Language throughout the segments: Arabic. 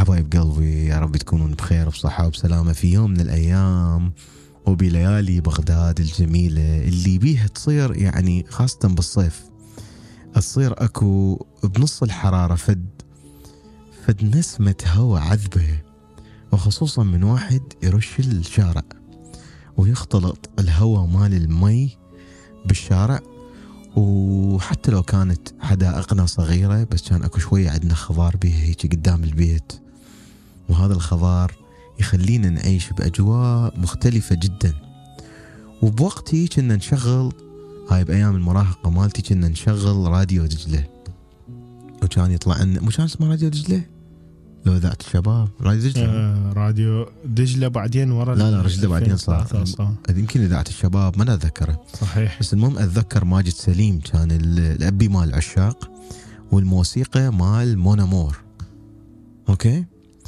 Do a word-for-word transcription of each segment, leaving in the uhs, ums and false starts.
حبايب قلبي، يا رب تكونون بخير وبصحة وبسلامة في يوم من الأيام وبليالي بغداد الجميلة اللي بيها تصير يعني خاصة بالصيف تصير أكو بنص الحرارة فد فد نسمة هواء عذبة، وخصوصا من واحد يرش الشارع ويختلط الهواء مال المي بالشارع. وحتى لو كانت حدائقنا صغيرة بس كان أكو شوية عندنا خضار بيها هيك قدام البيت، وهذا الخضار يخلينا نعيش بأجواء مختلفة جدا. وبوقتي كنا نشغل، هاي بأيام المراهقة مالتي، كنا نشغل راديو دجلة، وكان يطلع لنا مو كان اسمه راديو دجلة لو ذات الشباب راديو دجلة آه راديو دجلة بعدين ورا لا لا رجلة بعدين صار يمكن إذاعة الشباب ما أتذكره صحيح. بس المهم أتذكر ماجد سليم كان الأبي مال العشاق والموسيقى مال مونامور. أوكي،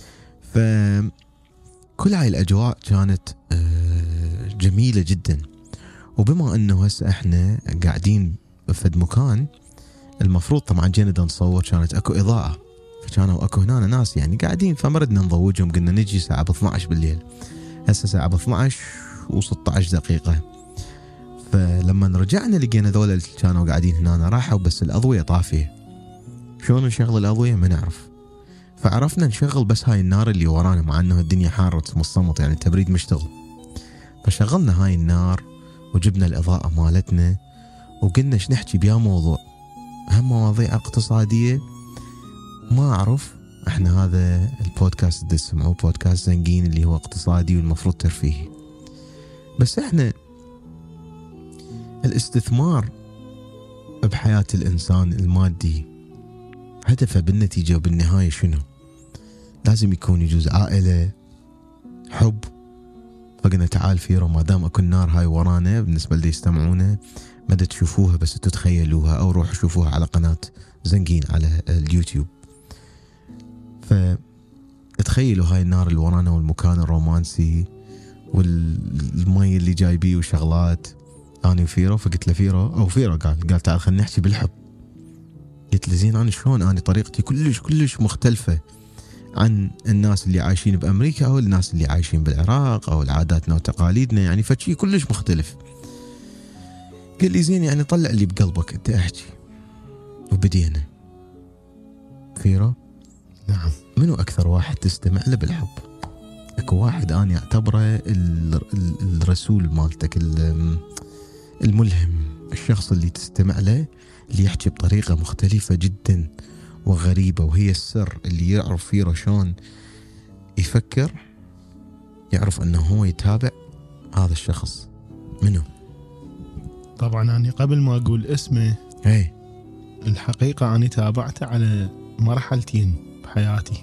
فكل هاي الأجواء كانت جميلة جدا. وبما أنه هسه إحنا قاعدين في مكان المفروض طبعا جينا نصور، كانت أكو إضاءة، فكانوا أكو هنا ناس يعني قاعدين، فمردنا نضوجهم، قلنا نجي ساعة اثنا عشر بالليل. هسه ساعة اثنا عشر وستة عشر دقيقة. فلما رجعنا لقينا ذولا اللي كانوا قاعدين هنا راحوا بس الأضوية طافية. شلون نشغل الأضوية ما نعرف، فعرفنا نشغل بس هاي النار اللي ورانا مع أنه الدنيا حارة مصمت يعني التبريد مشتغل. فشغلنا هاي النار وجبنا الإضاءة مالتنا وقلنا ايش نحكي بيا موضوع، هم مواضيع اقتصادية. ما أعرف احنا هذا البودكاست اللي تسمعوه بودكاست زنقين اللي هو اقتصادي والمفروض ترفيهي، بس احنا الاستثمار بحياة الإنسان المادي هدفه بالنتيجة وبالنهاية شنو؟ لازم يكون يجوز عائلة، حب. فقلنا تعال فيرو ما دام اكو النار هاي ورانا بالنسبة اللي يستمعونه ما تشوفوها بس تتخيلوها، او روحوا شوفوها على قناة زنقين على اليوتيوب. فتخيلوا هاي النار اللي ورانا والمكان الرومانسي والمي اللي جايبيه وشغلات. أنا وفيرو فقلت له فيرو أو فيرو قال قال تعال خلينا نحكي بالحب. قلت له زين أنا شلون، أنا طريقتي كلش كلش مختلفة عن الناس اللي عايشين بأمريكا أو الناس اللي عايشين بالعراق أو العاداتنا وتقاليدنا، يعني فشي كلش مختلف. قال لي زين يعني طلع اللي بقلبك أنت احكي. وبدينا. فيرو نعم، منو أكثر واحد تستمع له بالحب؟ اكو واحد أنا أعتبره الرسول مالتك، الملهم، الشخص اللي تستمع له اللي يحكي بطريقة مختلفة جدا وغريبة، وهي السر اللي يعرف فيه شلون يفكر، يعرف أنه هو يتابع هذا الشخص. منو؟ طبعا أنا قبل ما أقول اسمه هي الحقيقة أنا تابعته على مرحلتين بحياتي.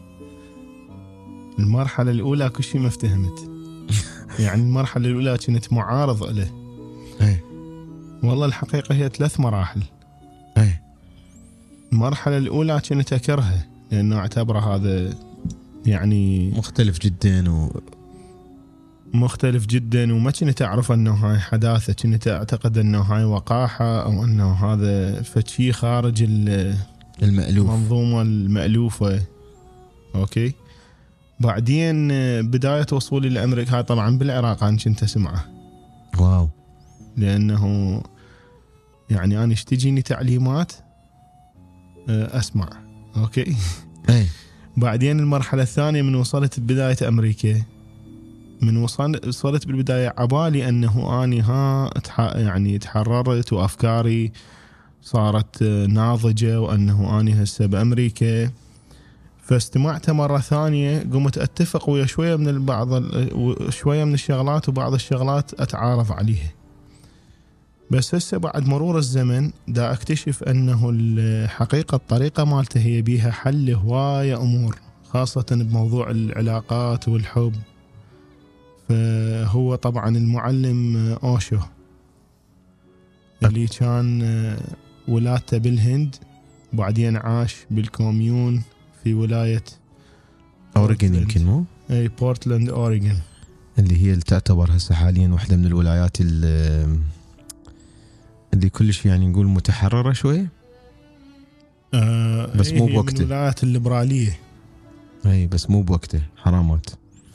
المرحلة الأولى كل شيء ما افتهمت يعني المرحلة الأولى كنت معارض له. ايه والله الحقيقة هي ثلاث مراحل. ايه المرحلة الأولى كنت أكرهه لأنه أعتبره هذا يعني مختلف جدا و مختلف جدا، وما كنت أعرف أنه هاي حداثة، كنت أعتقد أنه هاي وقاحة أو أنه هذا فشي خارج المألوف، المنظومة المألوفة. أوكي، بعدين بداية وصولي لأمريكا، هاي طبعا بالعراق أنا كنت أسمعه. واو. لأنه يعني أنا اشتجيني تعليمات أسمع. أوكي. أي. بعدين المرحلة الثانية من وصلت بداية أمريكا، من وصلت بالبداية عبالي أنه أني ها يعني تحررت وأفكاري صارت ناضجة وأنه أني هسه بأمريكا. فاستمعت مرة ثانية قمت أتفق ويا شوية من البعض شوية من الشغلات، وبعض الشغلات أتعارض عليها. بس هسه بعد مرور الزمن دا أكتشف أنه الحقيقة الطريقة مالته هي بيها حل هواية أمور، خاصة بموضوع العلاقات والحب. فهو طبعا المعلم أوشو اللي كان ولادته بالهند، وبعدين عاش بالكوميون في ولاية أوريغون، يمكن مو؟ أي بورتلاند أوريغون، اللي هي اللي تعتبر هسه حاليا واحدة من الولايات اللي كلش يعني نقول متحررة شوية. آه بس مو بوقته. الولايات الليبرالية. اي بس مو بوقته، حرامات.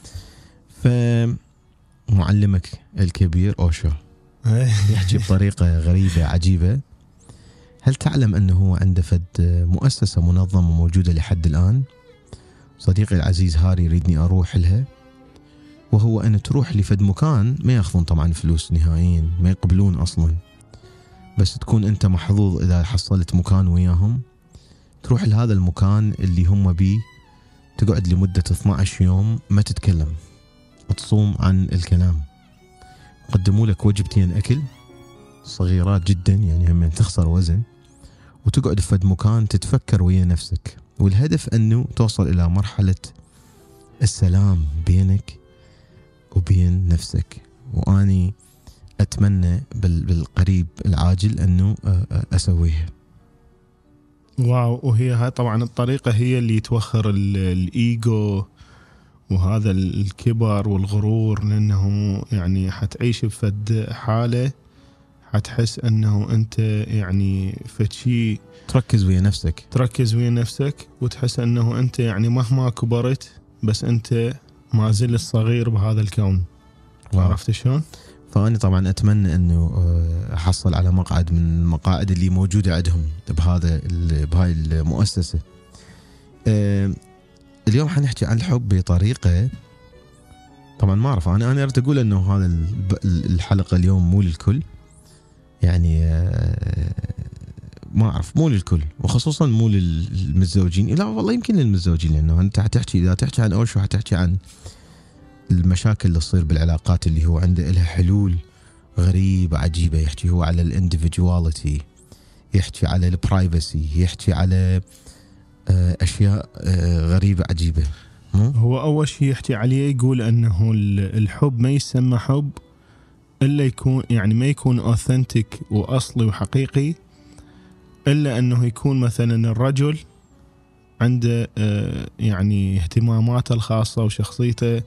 فمعلمك الكبير أوشو يحكي بطريقة غريبة عجيبة. هل تعلم أنه هو عنده فد مؤسسة منظمة موجودة لحد الآن؟ صديقي العزيز هاري يريدني أروح لها، وهو أن تروح لفد مكان ما يأخذون طبعا فلوس نهائيا، ما يقبلون أصلا، بس تكون أنت محظوظ إذا حصلت مكان وياهم. تروح لهذا المكان اللي هم بيه، تقعد لمدة اثنا عشر يوم ما تتكلم، تصوم عن الكلام، قدموا لك وجبتين أكل صغيرات جدا يعني هم تخسر وزن، وتقعد في فد مكان تتفكر ويا نفسك. والهدف أنه توصل إلى مرحلة السلام بينك وبين نفسك. وأني أتمنى بالقريب العاجل أنه أسويها. واو. وهي هاي طبعا الطريقة هي اللي يتوخر الإيجو وهذا الكبر والغرور، لأنه يعني حتعيش بفد حالة حتحس أنه أنت يعني فشي، تركز ويا نفسك تركز ويا نفسك وتحس أنه أنت يعني مهما كبرت بس أنت ما زلت الصغير بهذا الكون. عرفت شلون؟ فأنا طبعا أتمنى أنه أحصل على مقعد من المقاعد اللي موجودة عندهم بهذا بهاي المؤسسة. اليوم حنحكي عن الحب بطريقة طبعا ما أعرف، أنا أنا أريد أقول أنه هذا الحلقة اليوم مو للكل، يعني ما أعرف مو للكل، وخصوصا مو للمتزوجين. لا والله يمكن للمتزوجين، لأنه أنت حتحكي إذا تحكي عن أوشو حتحكي عن المشاكل اللي تصير بالعلاقات اللي هو عنده لها حلول غريبة عجيبة. يحكي هو على الانديفيدواليتي، يحكي على البرايفسي، يحكي على أشياء غريبة عجيبة. هو أول شيء يحكي عليه يقول أنه الحب ما يسمى حب إلا يكون يعني ما يكون أوثنتيك وأصلي وحقيقي، إلا أنه يكون مثلا الرجل عنده يعني اهتماماته الخاصة وشخصيته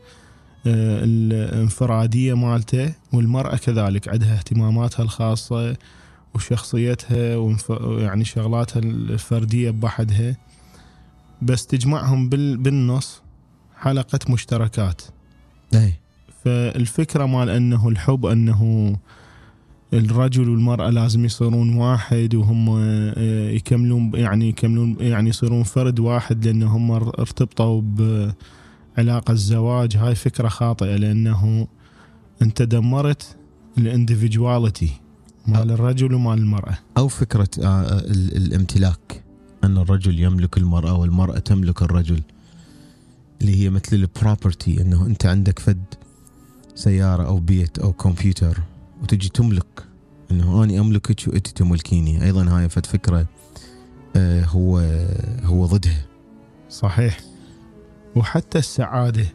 الانفرادية مالته، والمرأة كذلك عندها اهتماماتها الخاصة وشخصيتها ويعني شغلاتها الفردية بحدها، بس تجمعهم بالنص حلقة مشتركات. أي. فالفكرة مال أنه الحب أنه الرجل والمرأة لازم يصيرون واحد وهم يكملون يعني يكملون يعني يصيرون فرد واحد لأنه هم ارتبطوا بعلاقة الزواج، هاي فكرة خاطئة، لأنه أنت دمرت الانديفيدواليتي مال الرجل ومال المرأة. أو فكرة الامتلاك، أن الرجل يملك المرأة والمرأة تملك الرجل، اللي هي مثل البروبرتي، أنه أنت عندك فد سيارة أو بيت أو كمبيوتر وتجي تملك، أنه أنا أملكك وأنت تملكيني. أيضا هاي فد فكرة آه هو هو ضدها. صحيح. وحتى السعادة،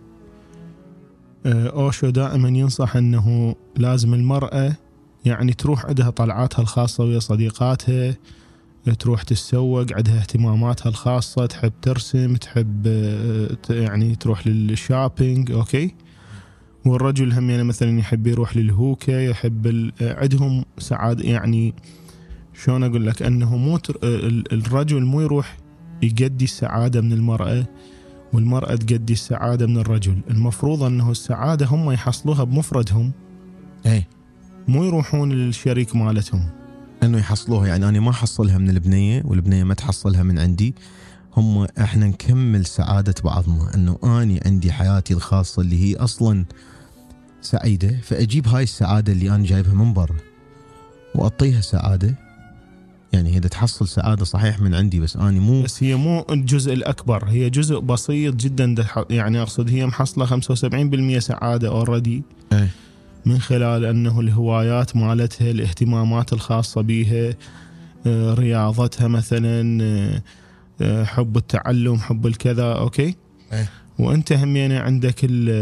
آه أوشو دائما ينصح أنه لازم المرأة يعني تروح عندها طلعاتها الخاصة ويا صديقاتها، تروح تتسوق، عندها اهتماماتها الخاصة، تحب ترسم، تحب يعني تروح للشوبينج. أوكي. والرجل هم يعني مثلا يحب يروح للهوكة، يحب عندهم سعادة. يعني شلون أقول لك، أنه مو الرجل مو يروح يقدي السعادة من المرأة والمرأة تقدي السعادة من الرجل. المفروض أنه السعادة هم يحصلوها بمفردهم، أي مو يروحون للشريك مالتهم انه يحصلوها. يعني انا ما احصلها من البنيه والبنيه ما تحصلها من عندي، هم احنا نكمل سعاده بعضنا. انه اني عندي حياتي الخاصه اللي هي اصلا سعيده، فاجيب هاي السعاده اللي انا جايبها من برا واعطيها سعاده. يعني هي تحصل سعاده صحيح من عندي، بس اني مو بس هي مو الجزء الاكبر، هي جزء بسيط جدا. يعني اقصد هي محصله خمسة وسبعين بالمئة سعاده اوريدي من خلال أنه الهوايات مالتها، الاهتمامات الخاصة بيها، رياضتها مثلا، حب التعلم، حب الكذا. أوكي. أيه. وأنت هم يعني عندك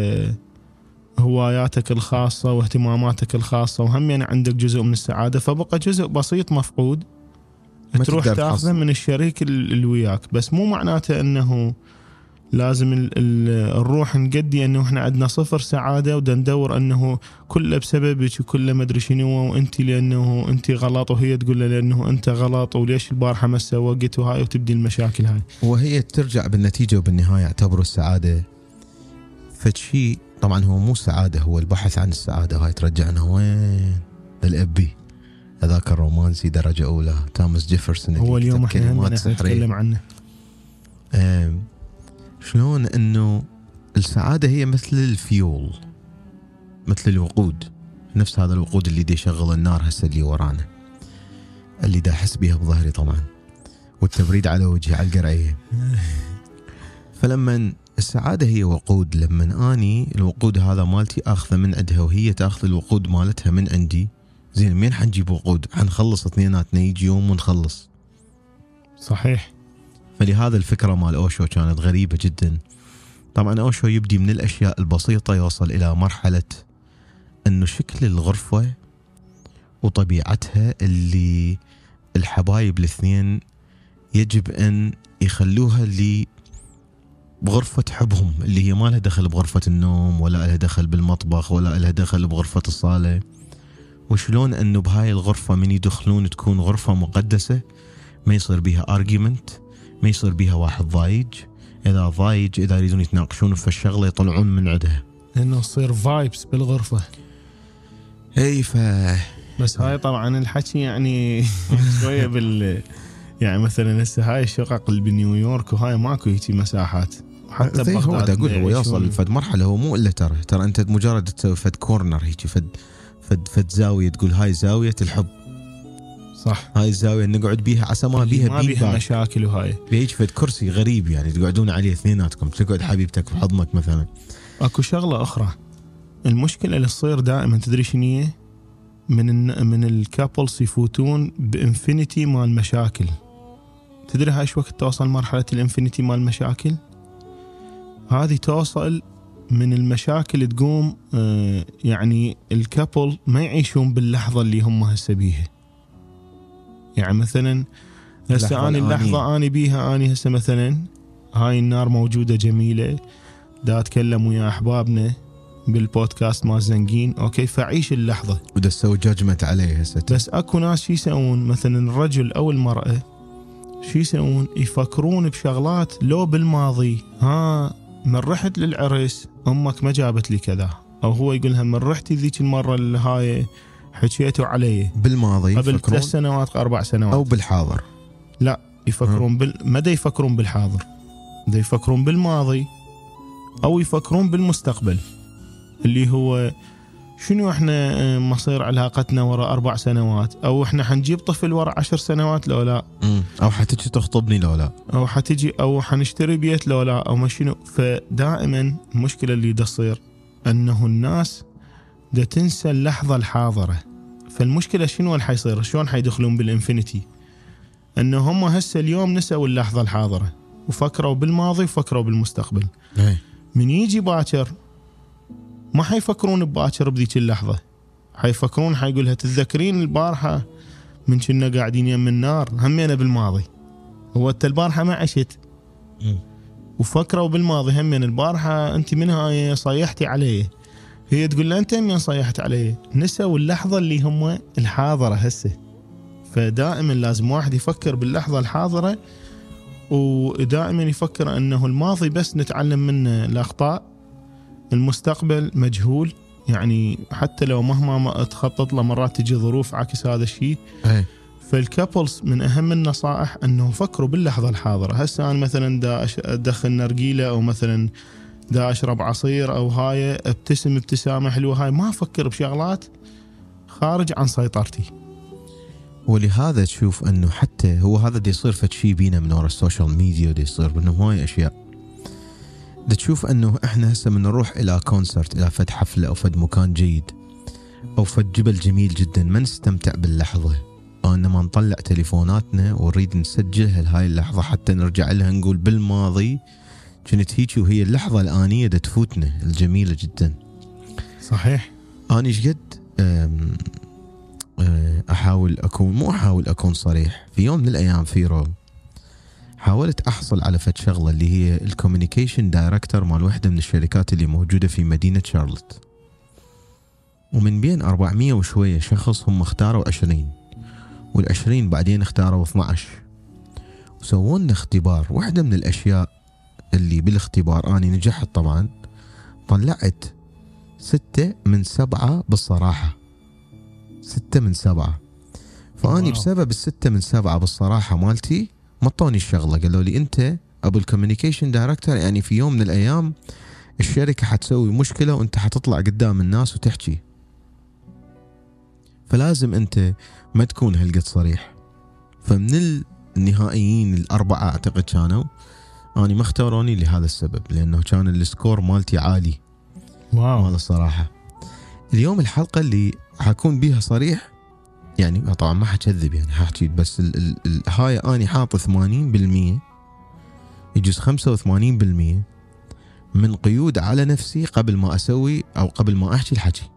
هواياتك الخاصة واهتماماتك الخاصة، وهم يعني عندك جزء من السعادة، فبقى جزء بسيط مفقود تروح تاخذه من الشريك اللي وياك. بس مو معناته أنه لازم ال ال الروح نقدي انه احنا عندنا صفر سعاده ودا ندور انه كله بسببك وكله ما ادري شنو وانت لانه انت غلط وهي تقول له لانه انت غلط وليش البارحه ما سوقت وهاي وتبدي المشاكل هاي. وهي ترجع بالنتيجه وبالنهايه اعتبروا السعاده فشي طبعا هو مو سعاده، هو البحث عن السعاده. هاي ترجعنا وين؟ للابي هذاك الرومانسي درجه اولى توماس جيفرسون هو اليوم احنا نتكلم عنه. شلون انه السعاده هي مثل الفيول، مثل الوقود، نفس هذا الوقود اللي دي يشغل النار هسه اللي ورانا، اللي دا احس بيها بظهري طبعا، والتبريد على وجهي على القرعيه. فلما السعاده هي وقود، لما اني الوقود هذا مالتي اخذه من عندها وهي تاخذ الوقود مالتها من عندي، زين مين حنجيب وقود؟ حنخلص اثنيناتنا، يجي يوم ونخلص. صحيح. فلهذا الفكرة مال أوشو كانت غريبة جدا. طبعا أوشو يبدي من الأشياء البسيطة يوصل إلى مرحلة أنه شكل الغرفة وطبيعتها اللي الحبايب الاثنين يجب أن يخلوها اللي بغرفة حبهم، اللي هي ما لها دخل بغرفة النوم ولا لها دخل بالمطبخ ولا لها دخل بغرفة الصالة. وشلون أنه بهاي الغرفة من يدخلون تكون غرفة مقدسة، ما يصير بيها argument، ما يصير بيها واحد ضايج. إذا ضايج إذا يريدون يتناقشون في الشغلة يطلعون من عندها، لأنه يصير فايبس بالغرفة. أي ف بس هاي طبعا الحكي يعني شوية بال يعني مثلا هسه هاي الشقق اللي بنيويورك وهاي ماكو هيك مساحات، حتى بغداد أقول هو يوصل فد مرحلة هو مو إلا ترى ترى أنت مجرد تسوي فد كورنر هيك فد فد فد زاوية تقول هاي زاوية الحب. صح. هاي الزاوية نقعد بيها عسى ما بيها ما بيها مشاكل وهاي بيجي فد كرسي غريب يعني تقعدون عليه اثنيناتكم، تقعد حبيبتك بحضنك مثلا. اكو شغلة أخرى، المشكلة اللي تصير دائما تدري شنية؟ من من الكابلز يفوتون بانفينيتي مال مشاكل. تدري هاي شو وقت توصل مرحلة الانفينيتي مال مشاكل؟ هذه توصل من المشاكل تقوم آه يعني الكابل ما يعيشون باللحظة اللي هم هسه بيها. يعني مثلا هسه أنا اللحظة أنا بيها أنا هسه مثلا هاي النار موجودة جميلة، دا أتكلم ويا أحبابنا بالبودكاست مال زنقين، أوكي، فعيش اللحظة ودا تسوي جاجمنت عليه هسه. بس أكو ناس شي يسوون، مثلا الرجل أو المرأة شي يسوون؟ يفكرون بشغلات لو بالماضي. ها من رحت للعرس أمك ما جابت لي كذا، أو هو يقولها من رحتي ذيك المرة اللي هاي حكيتوا عليه بالماضي قبل ثلاث سنوات أربع سنوات، أو بالحاضر. لا يفكرون بال مدى يفكرون بالحاضر، دا يفكرون بالماضي أو يفكرون بالمستقبل، اللي هو شنو احنا مصير علاقتنا وراء أربع سنوات، أو احنا حنجيب طفل وراء عشر سنوات لو لا، أو حتجي تخطبني لو لا، أو حتجي أو حنشتري بيت لو لا، أو ما شنو. فدائما المشكلة اللي تصير أنه الناس دا تنسى اللحظة الحاضرة. فالمشكلة شنو اللي حيصير؟ شلون حيدخلون بالإنفينيتي؟ أنه هم هسه اليوم نسوا اللحظة الحاضرة وفكروا بالماضي وفكروا بالمستقبل. هي. من يجي باكر ما حيفكرون بباكر بذيك اللحظة، حيفكرون حيقولها تتذكرين البارحة من كنا قاعدين يم النار همينا بالماضي، هو انت البارحة ما عشت وفكروا بالماضي همين البارحة انت من هاي صيحتي عليه، هي تقول له انت من صيحت عليه. نسوا اللحظة اللي هم الحاضرة هسه. فدائما لازم واحد يفكر باللحظة الحاضرة، ودائما يفكر انه الماضي بس نتعلم منه الاخطاء، المستقبل مجهول، يعني حتى لو مهما تخطط له مرات تجي ظروف عكس هذا الشيء. فالكابلز من اهم النصائح انه فكروا باللحظة الحاضرة. هسه انا مثلا دا ادخل نرجيلة او مثلا دا اشرب عصير او هاي ابتسم ابتسامة حلوة، هاي ما افكر بشغلات خارج عن سيطرتي. ولهذا تشوف انه حتى هو هذا دي يصير فد شيء بينا من وراء السوشيال ميديا، ودي يصير بانه هاي اشياء دا تشوف انه احنا هسه من نروح الى كونسرت، الى فد حفلة او فد مكان جيد او فد جبل جميل جدا، ما نستمتع باللحظة، او انما نطلع تليفوناتنا ونريد نسجلها لهاي اللحظة حتى نرجع لها نقول بالماضي كنت هيك، وهي اللحظة الآنية دا تفوتنا الجميلة جدا. صحيح. أنا شقد أحاول أكون مو أحاول أكون صريح، في يوم من الأيام فيرو حاولت احصل على فد شغله اللي هي الكوميونيكيشن دايركتور مال وحده من الشركات اللي موجوده في مدينه شارلوت، ومن بين أربعمية وشويه شخص هم اختاروا عشرين، والعشرين بعدين اختاروا اثنا عشر، وسووا لنا اختبار. واحده من الاشياء اللي بالاختبار اني نجحت طبعا، طلعت ستة من سبعة بالصراحه، ستة من سبعة. فاني بسبب الستة من سبعة بالصراحه مالتي مطوني الشغله، قالوا لي انت ابو الكوميونيكيشن دايركتور، يعني في يوم من الايام الشركه حتسوي مشكله وانت حتطلع قدام الناس وتحكي، فلازم انت ما تكون هالقد صريح. فمن النهائيين الاربعه اعتقد كانوا، اني ما اختاروني لهذا السبب، لانه كان السكور مالتي عالي. واو. هذا الصراحه. اليوم الحلقه اللي حكون بيها صريح، يعني طبعا ما حكذب، يعني حاحكي بس ال ال ال هاي اني حاط ثمانين بالمية، يجوز خمسة وثمانين بالمية من قيود على نفسي قبل ما اسوي او قبل ما احكي الحكي.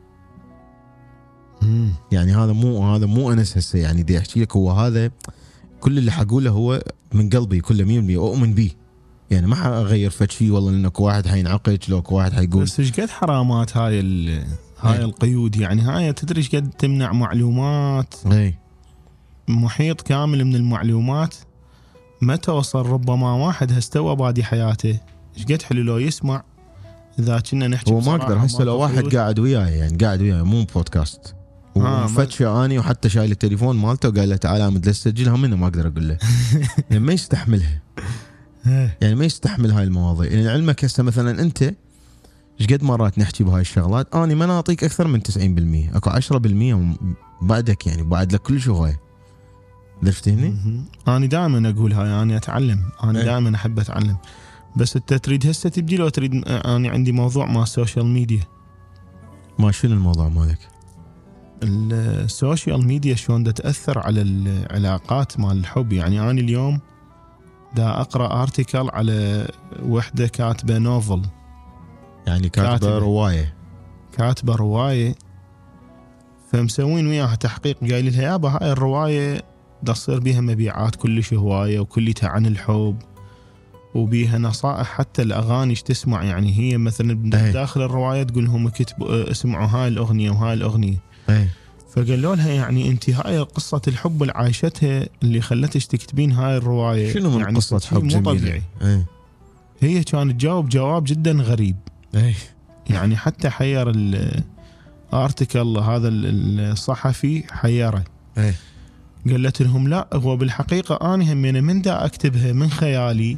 مم. يعني هذا مو هذا مو انس هسه يعني دي احكي لك، هو هذا كل اللي حقوله هو من قلبي، كله مية بالمية اؤمن به، يعني ما حاغير فد شيء والله لانك واحد حينعقد لو واحد حيقول. بس ايش قد حرامات هاي ال هاي ايه. القيود، يعني هاي تدري ايش قد تمنع معلومات، اي محيط كامل من المعلومات ما توصل ربما واحد هستوى بادي حياته. ايش قد حلو لو يسمع اذا كنا نحكي. هو ما اقدر هسه لو واحد قاعد قاعد وياي، يعني قاعد وياي مو بودكاست آه ومفتشه اني وحتى شايل التليفون مالته وقال له تعال امد تسجلها منه، ما اقدر اقول له يعني ما يستحملها، يعني ما يستحمل هاي المواضيع. يعني علمك هسه مثلا انت ايش قد مرات نحكي بهاي الشغلات، اني ما نعطيك اكثر من تسعين بالمية، اكو عشرة بالمية بعدك، يعني بعد لك كل شيء هواي. درفتني؟ انا دائما اقول هاي، انا اتعلم، انا دائما احب اتعلم. بس انت تريد هسه تبدي لو تريد، انا عندي موضوع مع السوشيال ميديا. ما شنو الموضوع مالك؟ السوشيال ميديا شلون دا تاثر على العلاقات مال الحب. يعني انا اليوم دا اقرا ارتيكل على وحده كاتبه نوفل، يعني كاتبه, كاتبة روايه كاتبه روايه فمسوين وياها تحقيق، قايل لها يابا هاي الروايه دا تصير بيها مبيعات كلش هوايه وكلها عن الحب، وبيها نصائح حتى الاغاني ايش تسمع. يعني هي مثلا داخل الروايه تقول لهم كتبوا اسمعوا هاي الاغنيه وهاي الاغنيه. ايه. فقالوا لها يعني انت هاي قصه الحب اللي عايشتها اللي خلتك تكتبين هاي الروايه، شنو من يعني قصه حب جميله. ايه. هي كانت تجاوب جواب جدا غريب. ايه. يعني حتى حير الارتيكل هذا الصحفي حيره. ايه. قالت لهم لا، هو بالحقيقه اني همينه من دا اكتبها من خيالي،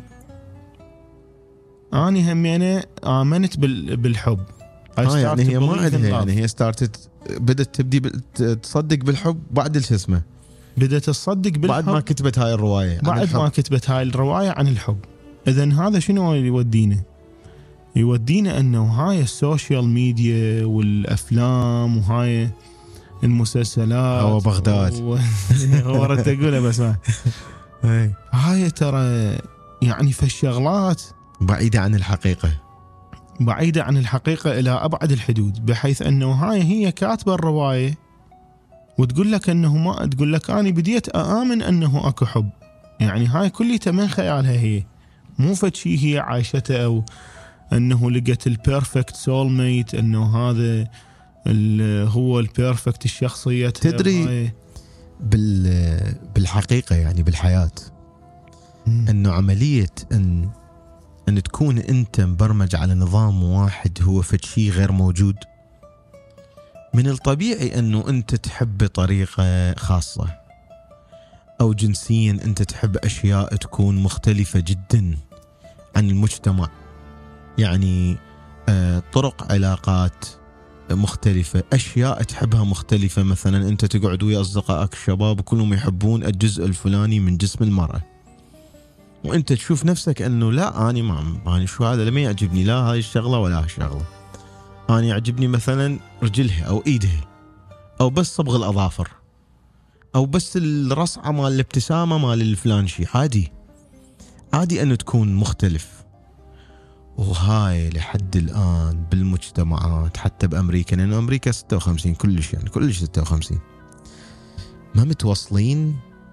اني همينه امنت بالحب. اه يعني هي ما عندها، يعني هي ستارتت بدت تبدي تصدق بالحب بعد شو اسمه، بدت تصدق بالحب بعد ما كتبت هاي الروايه، بعد ما كتبت هاي الروايه عن الحب. اذن هذا شنو يودينا؟ يودينا انه هاي السوشيال ميديا والافلام وهاي المسلسلات هو بغداد و... هو رد تقولها بس ما هاي ترى يعني في الشغلات بعيدة عن الحقيقة، بعيدة عن الحقيقة إلى أبعد الحدود، بحيث أنه هاي هي كاتبة الرواية وتقول لك أنه ما تقول لك أنا بديت أآمن أنه أكو حب. يعني هاي كليته من خيالها هي، مو فشي هي عايشته، أو أنه لقت البيرفكت سول ميت، أنه هذا هو البيرفكت الشخصية. تدري بال بالحقيقة يعني بالحياة م. أنه عملية أن أن تكون أنت مبرمج على نظام واحد هو فشي غير موجود. من الطبيعي أنه أنت تحب بطريقة خاصة، أو جنسيا أنت تحب أشياء تكون مختلفة جدا عن المجتمع، يعني طرق علاقات مختلفة، أشياء تحبها مختلفة. مثلا أنت تقعد ويا أصدقائك الشباب كلهم يحبون الجزء الفلاني من جسم المرأة، وأنت تشوف نفسك أنه لا أنا ما أنا شو هذا لما يعجبني لا هاي الشغلة ولا هاي الشغلة، أنا يعجبني مثلا رجلها أو إيدها أو بس صبغ الأظافر أو بس الرصعة مال الابتسامة مال الفلان شي. عادي عادي أنه تكون مختلف. وهاي لحد الآن بالمجتمعات حتى بأمريكا، لأن أمريكا ستة وخمسين كلش يعني كلش ستة وخمسين ما متوصلين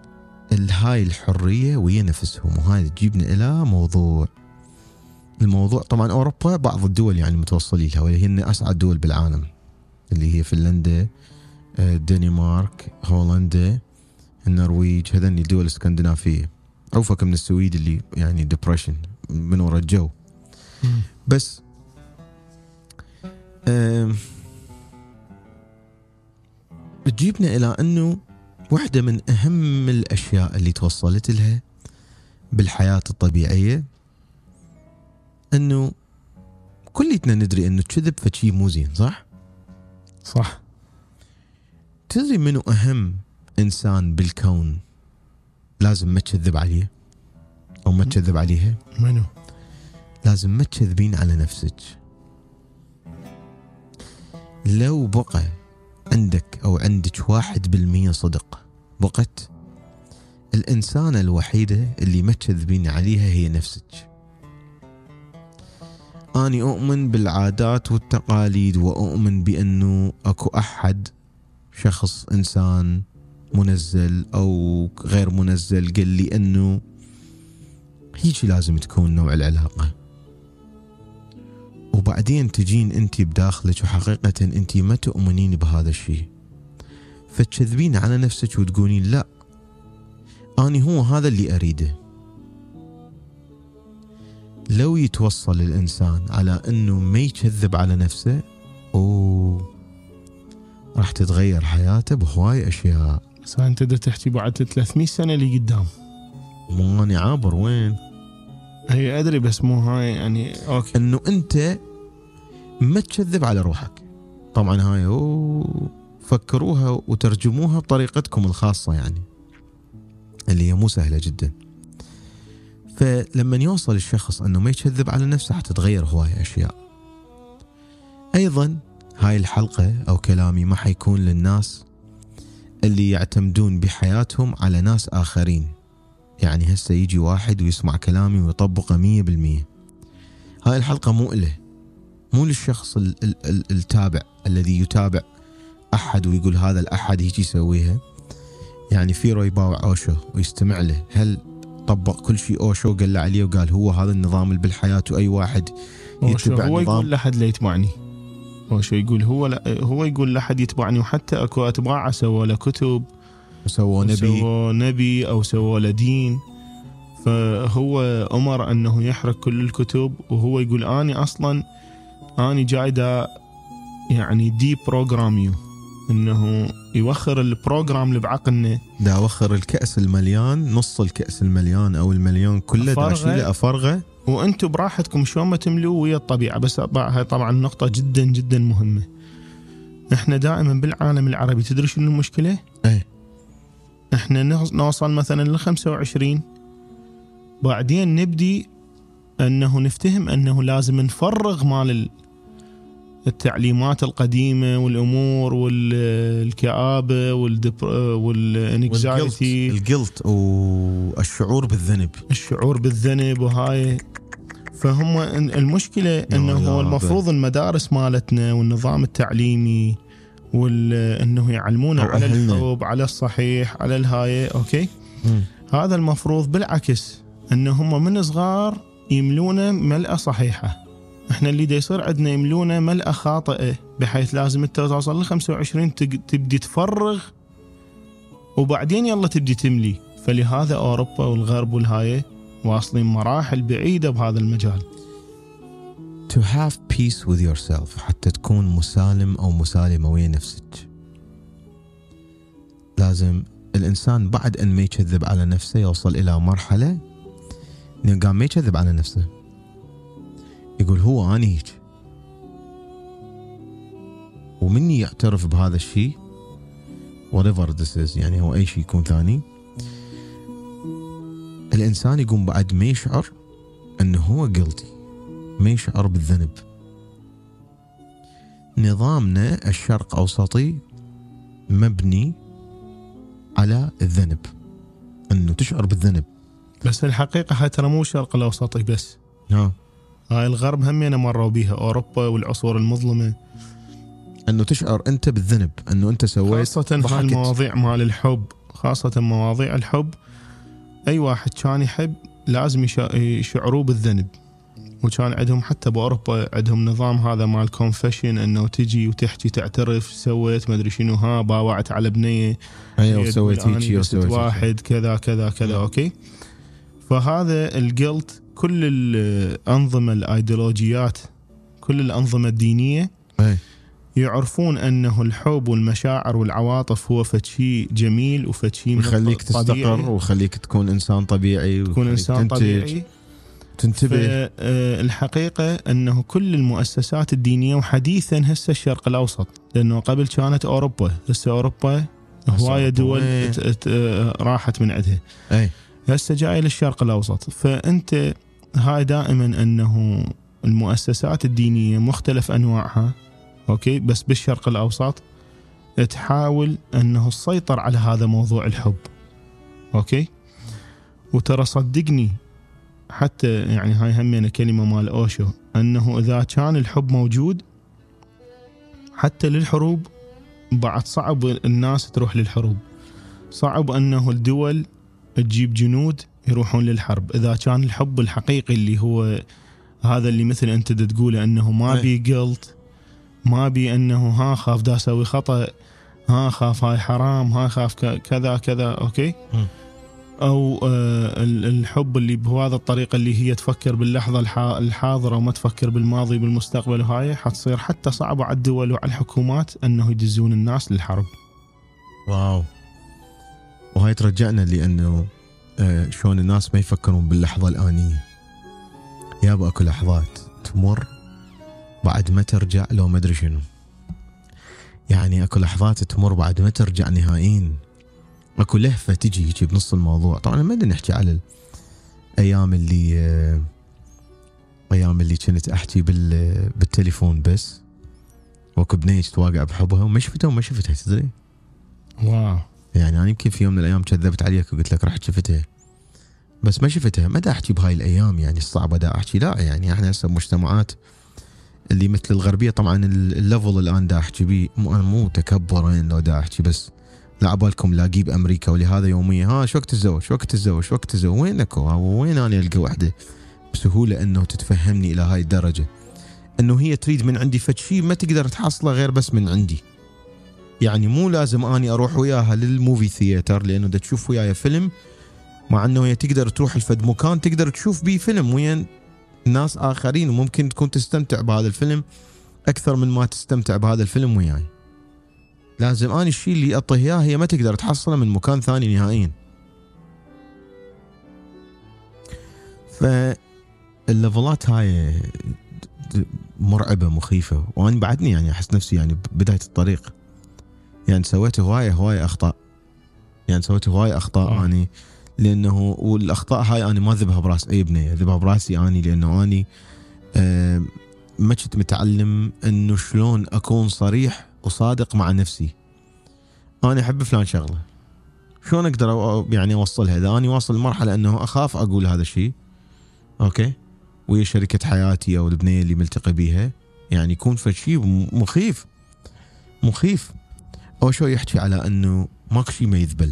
الهاي الحرية ويا نفسهم، وهاي تجيبنا إلى موضوع الموضوع طبعا أوروبا بعض الدول يعني متوصلين لها، وهي هن أسعد دول بالعالم اللي هي فنلندا، الدنمارك، هولندا، النرويج، هذين الدول الاسكندنافية. عوفك من السويد اللي يعني ديبريشن من وراء الجو. بس بتجيبنا إلى أنه واحدة من أهم الأشياء اللي توصلت لها بالحياة الطبيعية أنه كلنا ندري أنه كذب فشي مو زين، صح؟ صح. تدري منو أهم إنسان بالكون لازم ما تكذب عليه أو ما تكذب عليها؟ منو؟ لازم ما تكذبين على نفسك. لو بقى عندك أو عندك واحد بالمية صدق، بقت الإنسانة الوحيدة اللي ما تكذبين عليها هي نفسك. أنا أؤمن بالعادات والتقاليد، وأؤمن بأنه أكو أحد شخص إنسان منزل أو غير منزل قال لي أنه هيك لازم تكون نوع العلاقة، وبعدين تجين أنت بداخلك وحقيقة أنت ما تؤمنين بهذا الشيء، فتكذبين على نفسك وتقولين لا أنا هو هذا اللي أريده. لو يتوصل الإنسان على أنه ما يكذب على نفسه، أوه راح تتغير حياته بهواي أشياء. بس أنت تقدر تحكي بعد ثلاثمية سنة اللي قدام. مو أنا عابر وين؟ هي أدري بس مو هاي يعني أوكي. أنه أنت ما تكذب على روحك. طبعا هاي أوه فكروها وترجموها بطريقتكم الخاصة يعني، اللي هي مو سهلة جدا. فلما يوصل الشخص أنه ما يكذب على نفسه حتتغير هواي أشياء. أيضا هاي الحلقة أو كلامي ما حيكون للناس اللي يعتمدون بحياتهم على ناس آخرين، يعني هسه يجي واحد ويسمع كلامي ويطبقه مية بالمية. هاي الحلقة مو إله، مو للشخص ال ال ال التابع الذي يتابع أحد ويقول هذا الأحد هيك يسويها. يعني فيرو يباوع أوشو ويستمع له، هل طبق كل شيء أوشو قال له عليه وقال هو هذا النظام اللي بالحياة وأي واحد يتبع هو نظام؟ يقول لحد لا يتبعني، هو شو يقول هو لا هو يقول لحد يتبعني، وحتى اكو اتباع سووا له كتب وسووا نبي سووا نبي او سووا له دين، فهو امر انه يحرق كل الكتب، وهو يقول اني اصلا اني جاي دا يعني دي بروجرام يو، انه يوخر البروجرام اللي بعقلنا، دا وخر الكأس المليان، نص الكأس المليان او المليان كله دا شيله افرغه، وانتم براحتكم شلون ما تملوا ويا الطبيعه. بس هاي طبعا نقطه جدا جدا مهمه. احنا دائما بالعالم العربي تدري شنو المشكله؟ ايه احنا نوصل مثلا ل خمسة وعشرين، بعدين نبدي انه نفتهم انه لازم نفرغ مال التعليمات القديمه والامور والكآبه والانكزايتي، الجلت والشعور بالذنب، الشعور بالذنب وهاي. فهم المشكله انه هو المفروض المدارس مالتنا والنظام التعليمي وانه يعلمونا على الحب، على الصحيح، على الهاي، اوكي م. هذا المفروض بالعكس انه هم من صغار يملونا ملأة صحيحه. احنا اللي دا يصير عندنا يملونا ملأة خاطئه، بحيث لازم انت توصل ل خمسة وعشرين تبدي تفرغ وبعدين يلا تبدي تملي. فلهذا اوروبا والغرب والهاي واصلين مراحل بعيده بهذا المجال. To have peace with yourself، حتى تكون مسالم أو مسالمة ويا نفسك، لازم الإنسان بعد أن ما يكذب على نفسه يوصل إلى مرحلة إنه قام ما يكذب على نفسه، يقول هو أنا هيك. ومني يعترف بهذا الشيء whatever this is، يعني هو أي شيء يكون ثاني، الإنسان يقوم بعد ما يشعر أنه هو guilty، ما يشعر بالذنب. نظامنا الشرق أوسطي مبني على الذنب، أنه تشعر بالذنب. بس الحقيقة هاي ترى مو الشرق الأوسطي بس، ها هاي الغرب همينا مروا بيها، أوروبا والعصور المظلمة، أنه تشعر أنت بالذنب، أنه أنت سويت. خاصة هاي المواضيع مال الحب، خاصة مواضيع الحب اي واحد كان يحب لازم يشعروه بالذنب. وكان عندهم حتى باوروبا عندهم نظام هذا مال كونفشن، انه تجي وتحكي تعترف سويت ما ادري شنو، ها باوعت على بنيه ايوه سويت هيك وسويت واحد كذا كذا كذا. اوكي، فهذا الجلت كل الانظمه الايديولوجيات كل الانظمه الدينيه أي. يعرفون انه الحب والمشاعر والعواطف هو فشي جميل وفشي يخليك تستقر ويخليك تكون انسان طبيعي تكون انسان طبيعي تنتبه. الحقيقه انه كل المؤسسات الدينيه وحديثا هسه الشرق الاوسط، لانه قبل كانت اوروبا، هسه اوروبا هوايه دول راحت من عندها، اي هسه جاي للشرق الاوسط. فانت هاي دائما انه المؤسسات الدينيه مختلف انواعها، اوكي، بس بالشرق الاوسط تحاول انه تسيطر على هذا موضوع الحب. اوكي، وترى صدقني حتى يعني هاي همينة كلمه مال اوشو، انه اذا كان الحب موجود حتى للحروب بعد صعب الناس تروح للحروب، صعب انه الدول تجيب جنود يروحون للحرب اذا كان الحب الحقيقي اللي هو هذا اللي مثل انت تقوله، انه ما بي قلت، ما بي انه ها خاف دا اسوي خطأ، ها خاف هاي حرام، ها خاف كذا كذا. اوكي م. او آه الحب اللي بهذا الطريقه اللي هي تفكر باللحظه الحاضره وما تفكر بالماضي بالمستقبل، وهاي حتصير حتى صعبه على الدول وعلى الحكومات انه يدزون الناس للحرب. واو، وهاي ترجعنا لانه آه شلون الناس ما يفكرون باللحظه الانيه. يابا اكو لحظات تمر بعد ما ترجع لو ما ادري شنو، يعني اكو لحظات تمر بعد ما ترجع نهائيا. اكو لهفه تجي هيك بنص الموضوع. طبعا ما بدنا نحكي على الايام اللي ايام اللي كنت احكي بال بالتليفون بس، واكو بنيه تواقع بحبها وما شفتها وما شفتها تدري. واو، يعني انا يمكن في يوم من الايام كذبت عليك وقلت لك رحت شفتها بس ما شفتها. ما دا احكي بهاي الايام يعني الصعبه دا احكي، لا يعني احنا هسه مجتمعات اللي مثل الغربيه. طبعا الليفل الان دا احكي بيه مو انا مو تكبرين لو دا احكي، بس لا عبالكم لاقي بامريكا ولهذا يوميا ها شو وقت الزواج شو وقت الزواج شو وقت الزواج وينك وين انا القى وحده بسهوله انه تتفهمني الى هاي الدرجه، انه هي تريد من عندي فد شيء ما تقدر تحصله غير بس من عندي. يعني مو لازم اني اروح وياها للموفي ثياتر لانه دا تشوف وياي فيلم، مع انه هي تقدر تروح لفد مكان تقدر تشوف بيه فيلم ويا ناس اخرين، وممكن تكون تستمتع بهذا الفيلم اكثر من ما تستمتع بهذا الفيلم وياي. لازم اني الشيء اللي اعطيه اياه هي ما تقدر تحصله من مكان ثاني نهائيا. فالليفلات هاي مرعبه مخيفه، وانا بعدني يعني احس نفسي يعني بدايه الطريق يعني سويت هوايه هوايه اخطاء، يعني سويت هوايه اخطاء آه. اني لانه والاخطاء هاي انا ما ذبها براس اي بنيه، ذبها براسي اني لانه اني آه ما كنت متعلم انه شلون اكون صريح وصادق مع نفسي. انا احب فلان شغله، شلون اقدر يعني اوصلها؟ اذا اني واصل لمرحله انه اخاف اقول هذا الشيء اوكي ويا شريكه حياتي او البنيه اللي ملتقي بيها، يعني يكون في شيء مخيف مخيف. او شو يحكي على انه ماكو شيء ما يذبل.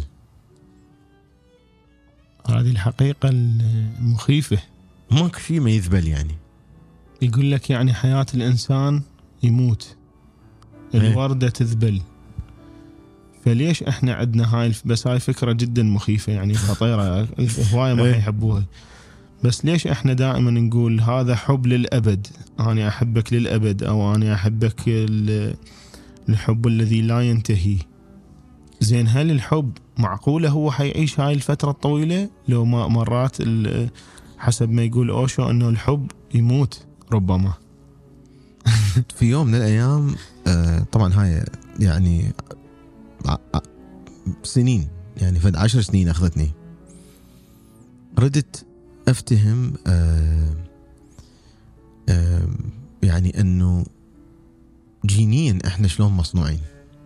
هذه الحقيقه المخيفه، ماكو شيء ما يذبل. يعني يقول لك يعني حياه الانسان يموت، الوردة تذبل. فليش احنا عندنا هاي الف... بس هاي فكرة جدا مخيفة يعني خطيرة، هواية ما يحبوها. بس ليش احنا دائما نقول هذا حب للأبد، أنا أحبك للأبد، أو أنا أحبك ال... الحب الذي لا ينتهي. زين هل الحب معقولة هو حيعيش هاي الفترة الطويلة؟ لو ما مرات ال... حسب ما يقول أوشو أنه الحب يموت ربما في يوم من الأيام. آه طبعا هاي يعني سنين، يعني فد عشر سنين أخذتني، ردت أفتهم آه آه يعني أنه جينيا إحنا شلون مصنوعين.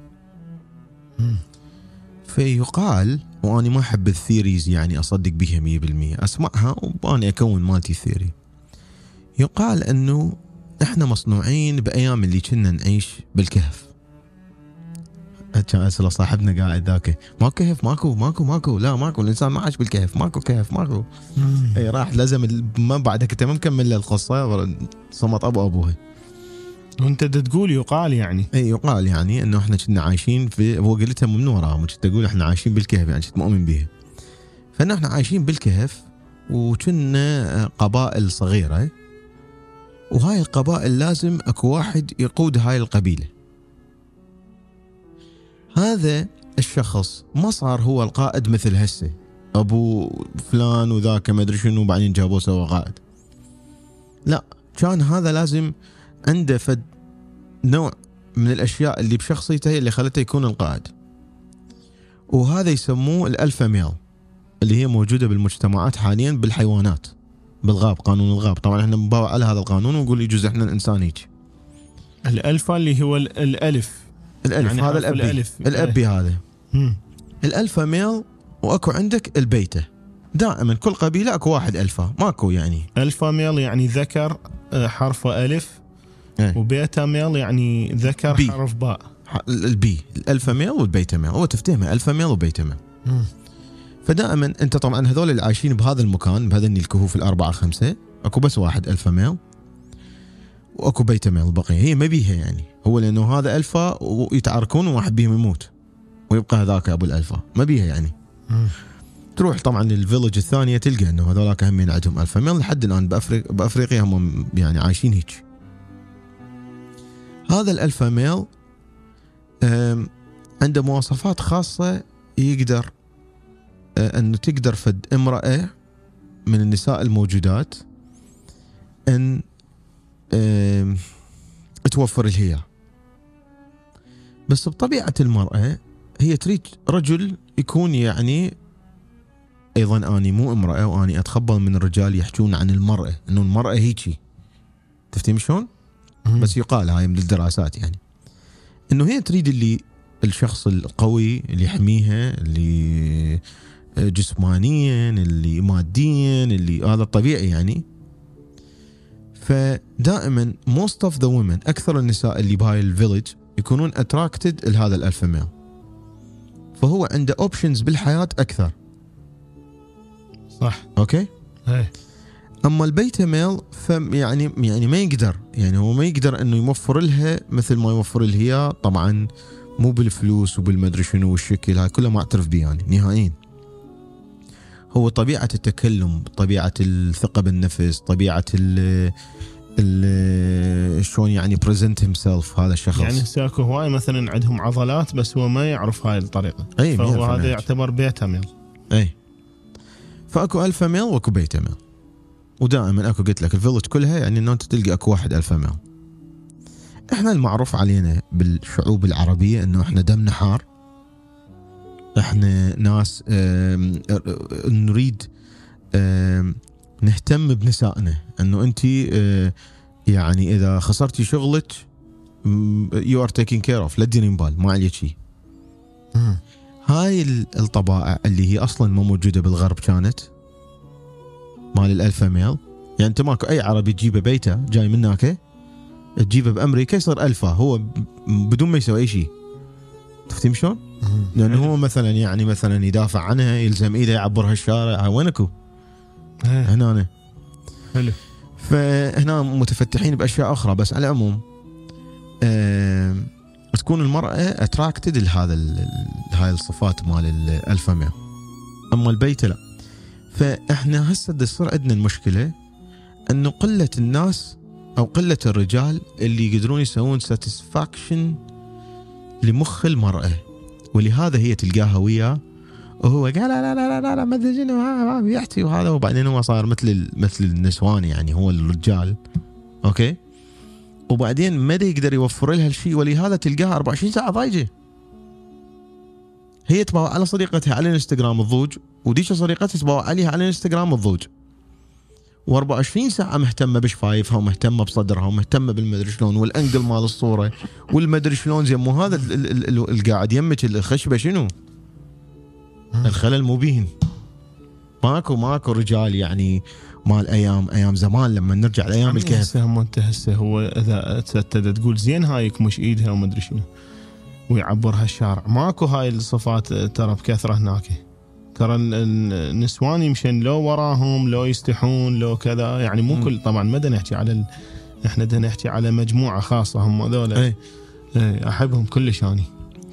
فيقال، وأنا ما أحب الثيريز يعني أصدق بها مية بالمية، أسمعها وأنا أكون مالتي ثيري. يقال أنه إحنا مصنوعين بأيام اللي كنا نعيش بالكهف. كان اساله صاحبنا قاعد ذاك ماكو كهف ماكو ماكو ماكو لا ماكو الانسان ما عاش بالكهف ماكو كهف ماكو اي راح لازم ما بعد كنت ما مكمل القصه صمت ابو ابوها. وانت تقول يقال يعني اي يقال يعني انه احنا كنا عايشين في هو قلتها من وراها مش تقول احنا عايشين بالكهف يعني كنت مؤمن بيها. فانه احنا عايشين بالكهف وكنا قبائل صغيره وهاي القبائل لازم اكو واحد يقود هاي القبيله. هذا الشخص ما صار هو القائد مثل هسه ابو فلان وذاك ما ادري شنو وبعدين جابوه سوى قائد. لا كان هذا لازم عنده فد نوع من الاشياء اللي بشخصيته هي اللي خلته يكون القائد. وهذا يسموه الالفا ميل اللي هي موجوده بالمجتمعات حاليا بالحيوانات بالغاب قانون الغاب. طبعا احنا نباوع على هذا القانون ونقول يجوز احنا الانسان هيك. الالفا اللي هو الالف الالف يعني هذا الابي الألف. الابي هذا مم. الالفا ميل واكو عندك البيتا. دائما كل قبيله اكو واحد الفا ماكو يعني الفا ميل يعني ذكر حرفه الف ايه. وبيتا ميل يعني ذكر بي. حرف باء. البي الالفا ميل والبيتا ميل هو تفتهمه الفا ميل وبيتا ميل. مم. فدائما انت طبعا هذول اللي عايشين بهذا المكان بهذني الكهوف الاربعه خمسه اكو بس واحد الفا ميل واكو بيتا ميل البقيه هي ما بيها يعني هو لانه هذا الفا ويتعاركون وواحد بيهم يموت ويبقى هذاك ابو الالفا ما بيها يعني. م. تروح طبعا للفيلج الثانيه تلقى انه هذولاك همين عندهم الفا ميل لحد الان بافريقيا بافريقيا هم يعني عايشين هيك. هذا الالفا ميل عنده مواصفات خاصه يقدر انه تقدر فد امراه من النساء الموجودات ان توفر الهيا. بس بطبيعة المرأة هي تريد رجل يكون يعني أيضا أني مو امرأة وأني أتخبل من الرجال يحجون عن المرأة إنه المرأة هيجي تفتهم شلون؟ بس يقال هاي من الدراسات يعني إنه هي تريد اللي الشخص القوي اللي يحميها اللي جسمانيا اللي ماديا اللي هذا الطبيعي يعني. فدائما most of the women أكثر النساء اللي بهاي الفيلج يكونون attracted لهذا الألفا ميل. فهو عنده options بالحياة أكثر. صح. أوكي. هي. أما البيتا ميل فيعني يعني ما يقدر يعني هو ما يقدر إنه يوفر لها مثل ما يوفر لها طبعا مو بالفلوس وبالمدري شنو والشكل هاي كله ما اعترف به يعني نهائيا. هو طبيعة التكلم طبيعة الثقة بالنفس طبيعة ال ال شلون يعني present himself هذا الشخص يعني ساكو هواي مثلا عندهم عضلات بس هو ما يعرف هاي الطريقة فهو هذا يعتبر بيتا ميل. اي فاكو الفا ميل واكو بيتا ميل ودائما اكو قلت لك الفيلج كلها يعني انه انت تلقى اكو واحد الفا ميل. احنا المعروف علينا بالشعوب العربية انه احنا دمنا حار. احنا ناس نريد نهتم بنسائنا انه انت يعني اذا خسرتي شغلك you are taking care of لا تديرين بال ما عليك شيء. هاي الطبائع اللي هي اصلا ما موجوده بالغرب كانت مال الالفا ميل يعني انت ماكو اي عربي تجيبه بيته جاي منك تجيبه بامريكا يصير الفا هو بدون ما يسوي اي شيء. تفتهم شلون؟ لانه هو مثلا يعني مثلا يدافع عنها يلزم ايده يعبرها الشارع وينكو هنا أنا. حلو. فهنا متفتحين باشياء اخرى بس على العموم أه تكون المراه اتراكتد لهذا هاي الصفات مال الالفا ميل. اما البيت لا. فاحنا هسه تصير عندنا المشكله انه قله الناس او قله الرجال اللي يقدرون يسوون ساتسفاكشن لمخ المراه ولهذا هي تلقاها وياه وهو قال لا لا لا لا لا ما ادري ما بيحكي وهذا وبعدين هو صار مثل مثل النسوان يعني هو الرجال اوكي وبعدين ما يقدر يوفر لها الشيء ولهذا تلقاها أربعة وعشرين ساعه ضايجه. هي تباوع على صديقتها على الانستغرام الضوج وديش صديقتها تباوع عليها على الانستغرام الضوج وأربعة وعشرين ساعه مهتمه بشفايفها ومهتمه بصدرها ومهتمه بالمدري شلون والانجل مال الصوره والمدري شلون زي مو هذا القاعد يمك الخشبه شنو الخلل مبين. ماكو ماكو رجال يعني مال ايام ايام زمان لما نرجع لايام الكهف. هسه هم انت هسه هو اذا تقول زين هايك مش ايدها وما ادري شنو ويعبرها الشارع. ماكو هاي الصفات ترى بكثرة هناك. ترى النسوان يمشن لو وراهم لو يستحون لو كذا يعني مو كل طبعا ما بدنا نحكي على ال... احنا بدنا نحكي على مجموعة خاصة هم هذول ايه. ايه احبهم كلش اني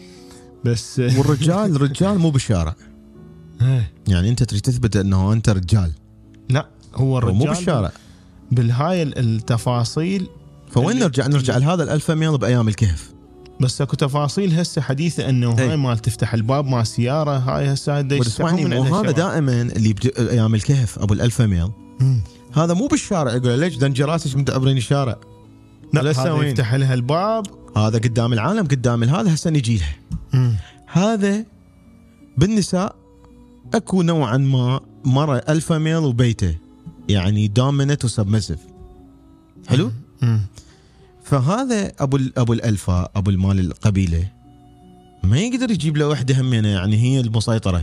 بس والرجال الرجال مو بالشارع ايه. يعني انت تريد تثبت انه انت رجال لا هو الرجال مو بالشارع بالهاي التفاصيل. فوين نرجع نرجع لهذا الألفا ميل بأيام الكهف. بس اكو تفاصيل هسه حديثه انه هاي مال تفتح الباب مال السياره هاي هسه دا يستحون من هذا دائما اللي بج... ايام الكهف ابو الألفا ميل مم. هذا مو بالشارع يقول ليش دنجراتك متعبرين الشارع لا هذا يفتح لها الباب هذا قدام العالم قدام هذا هسه نجي لها. هذا بالنساء اكو نوعا ما مره ألفا ميل وبيته يعني دومينت وسبمسيف حلو. مم. فهذا ابو ابو الالفا ابو المال القبيله ما يقدر يجيب له وحده همينه يعني هي المسيطره.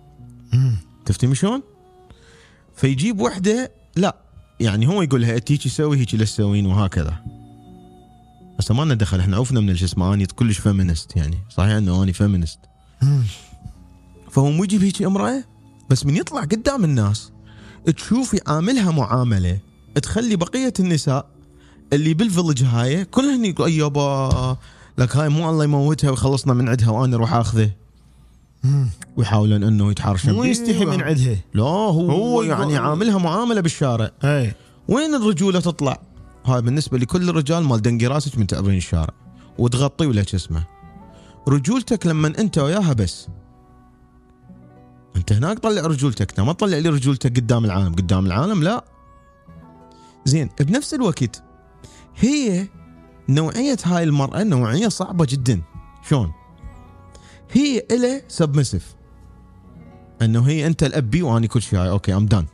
تفتهم شلون؟ فيجيب وحده لا يعني هو يقول لها انت هيك سوي هيك لا تسوين وهكذا. هسه ما لنا دخل احنا عرفنا من الجسم اني كلش فيمينست يعني صحيح انه اني فيمينست. فهو مو يجيب هيك امراه بس من يطلع قدام الناس تشوف يعاملها معامله تخلي بقيه النساء اللي بالفيلج هاي كلهن يقول يابا لك هاي مو الله يموتها ويخلصنا من عندها وانا اروح اخذه. ويحاولون انه يتحرشون مو يستحي من عندها لا هو, هو يعني عاملها معامله بالشارع. اي وين الرجوله تطلع؟ هاي بالنسبه لكل الرجال مال دنقي راسك من تعبرين الشارع وتغطي ولا اسمه. رجولتك لما انت وياها بس انت هناك طلع رجولتك ما تطلع لي رجولتك قدام العالم. قدام العالم لا زين. بنفس الوقت هي نوعية هاي المرأة نوعية صعبة جدا. شلون؟ هي إلى سبمسيف انه هي انت الابي واني كل شيء اوكي ام دان.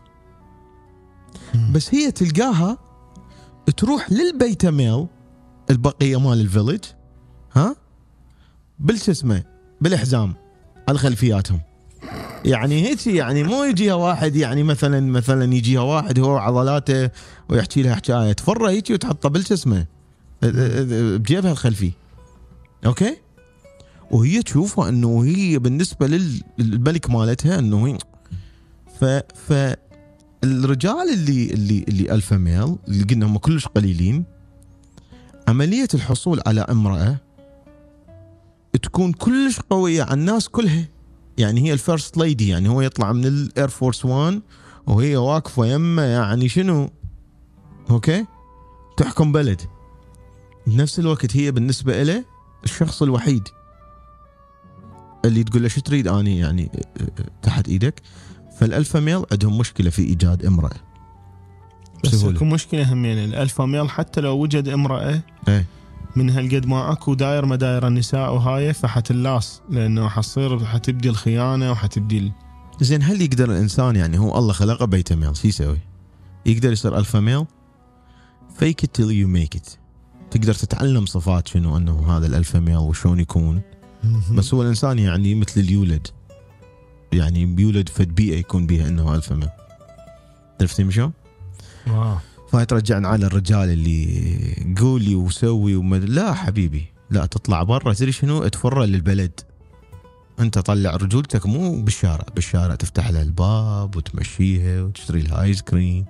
بس هي تلقاها تروح للبيت ميل البقية مال الفيلج ها بالجسمة بالحزام على خلفياتهم يعني هيك يعني مو يجيها واحد يعني مثلا مثلا يجيها واحد هو عضلاته ويحكي لها حكايه تفرى هيك وتحطها بالجسمه بجيبها الخلفي اوكي. وهي تشوفها انه هي بالنسبه للملك مالتها انه هي ف ف الرجال اللي اللي اللي الفا ميل اللي قلنا هم كلش قليلين عمليه الحصول على امراه تكون كلش قويه على الناس كلها. يعني هي الفيرست ليدي يعني هو يطلع من الاير فورس وان وهي واقفه يمه يعني شنو اوكي تحكم بلد. بنفس الوقت هي بالنسبه له الشخص الوحيد اللي تقول له شو تريد اني يعني تحت ايدك. فالالفا ميل عندهم مشكله في ايجاد امراه بس اكو مشكله همين الالفا ميل حتى لو وجد امراه ايه من هالقد ما اكو داير مداير النساء وهاي فحتلاص لانه حتصير حتبدي الخيانه وحتبدي ال... زين هل يقدر الانسان يعني هو الله خلقه بيتا ميل شو يسوي؟ يقدر يصير الفا ميل؟ fake it till you make it. تقدر تتعلم صفات شنو انه هذا الالفا ميل وشون يكون. بس هو الانسان يعني مثل اللي يولد يعني بيولد فد بيئه يكون بيها انه الفا ميل. عرفتي شلون؟ واو. فهي ترجعنا على الرجال اللي قولي وسوي وما لا حبيبي لا تطلع برا تدري شنو تفر للبلد. انت طلع رجولتك مو بالشارع بالشارع تفتح لها الباب وتمشيها وتشتري لها ايس كريم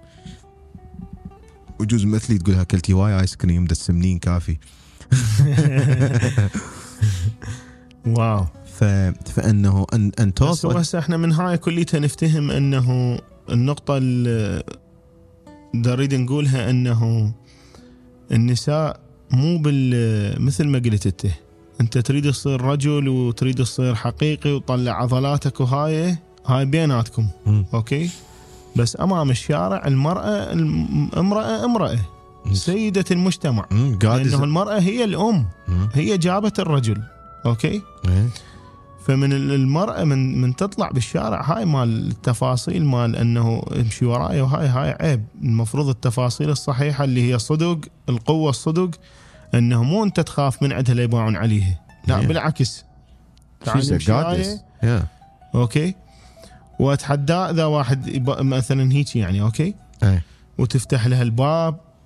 وجوز مثلي تقولها كلتي واي ايس كريم دس سمنين كافي. واو. ف... فانه ان ان توصل بس احنا من هاي كليتها نفتهم انه النقطه اللي نريد نقولها انه النساء مو بال مثل ما قلت انت انت تريد تصير رجل وتريد تصير حقيقي وتطلع عضلاتك وهاي هاي بيناتكم م. اوكي. بس امام الشارع المراه امراه امراه سيده المجتمع لانه المراه هي الام م. هي جابت الرجل اوكي م. فمن المرأة من من تطلع بالشارع هاي مال التفاصيل مال انه امشي وراي وهاي هاي عيب. المفروض التفاصيل الصحيحة اللي هي صدق القوة الصدق انه مو انت تخاف من عندها ليباعون عليها لا yeah. بالعكس تعال yeah. اوكي. واتحدى اذا واحد مثلا هيك يعني اوكي yeah. وتفتح لها الباب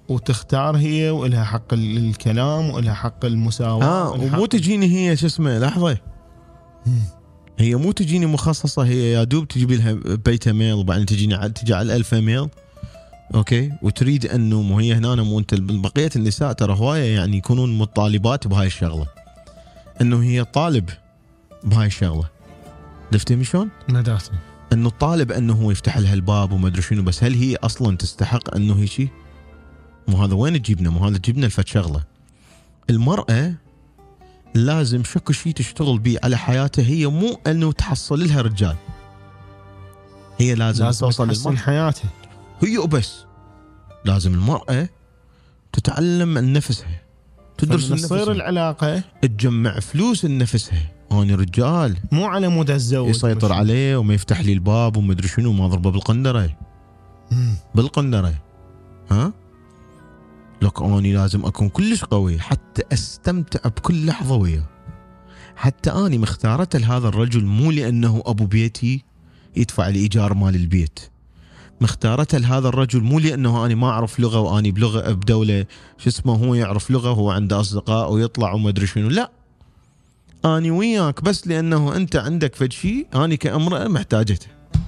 وتختار هي ولها حق الكلام ولها حق المساواة. اه ومو تجيني هي شو اسمه لحظة هي مو تجيني مخصصة، هي يا دوب تجيب لها بيتا ميل وبعدين تجيني تجي على الألفا ميل اوكي، وتريد انه مو هي هنا مو انت بقية النساء ترى هواية يعني يكونون مطالبات بهاي الشغلة، انه هي طالب بهاي الشغلة. تفتهم شلون؟ نداسة انه طالب انه هو يفتح لها الباب وما ادري شنو، بس هل هي اصلا تستحق انه هي شيء؟ مو هذا وين تجيبنا؟ مو هذا تجيبنا الفت شغلة. المرأة لازم شكو شيء تشتغل بيه على حياتها، هي مو انه تحصل لها رجال، هي لازم, لازم توصل تحسن حياتها هي وبس. لازم المرأة تتعلم من نفسها، تدرس تصير نفسها، العلاقة تجمع فلوس لنفسها. أنا رجال مو على مود الزوج يسيطر عليه وما يفتح لي الباب وما ادري شنو، ما ضربه بالقندرة بالقندرة. ها لك أني لازم أكون كلش قوي حتى أستمتع بكل لحظة وياه. حتى أني مختارته لهذا الرجل مو لأنه أبو بيتي يدفع لي إيجار مال البيت، مختارته لهذا الرجل مو لأنه أنا ما أعرف لغة وأني بلغة بدولة شو اسمه هو يعرف لغة وهو عنده أصدقاء ويطلع وما أدري شنو، لا أنا وياك بس لأنه أنت عندك فد شيء أنا كامرأة محتاجته.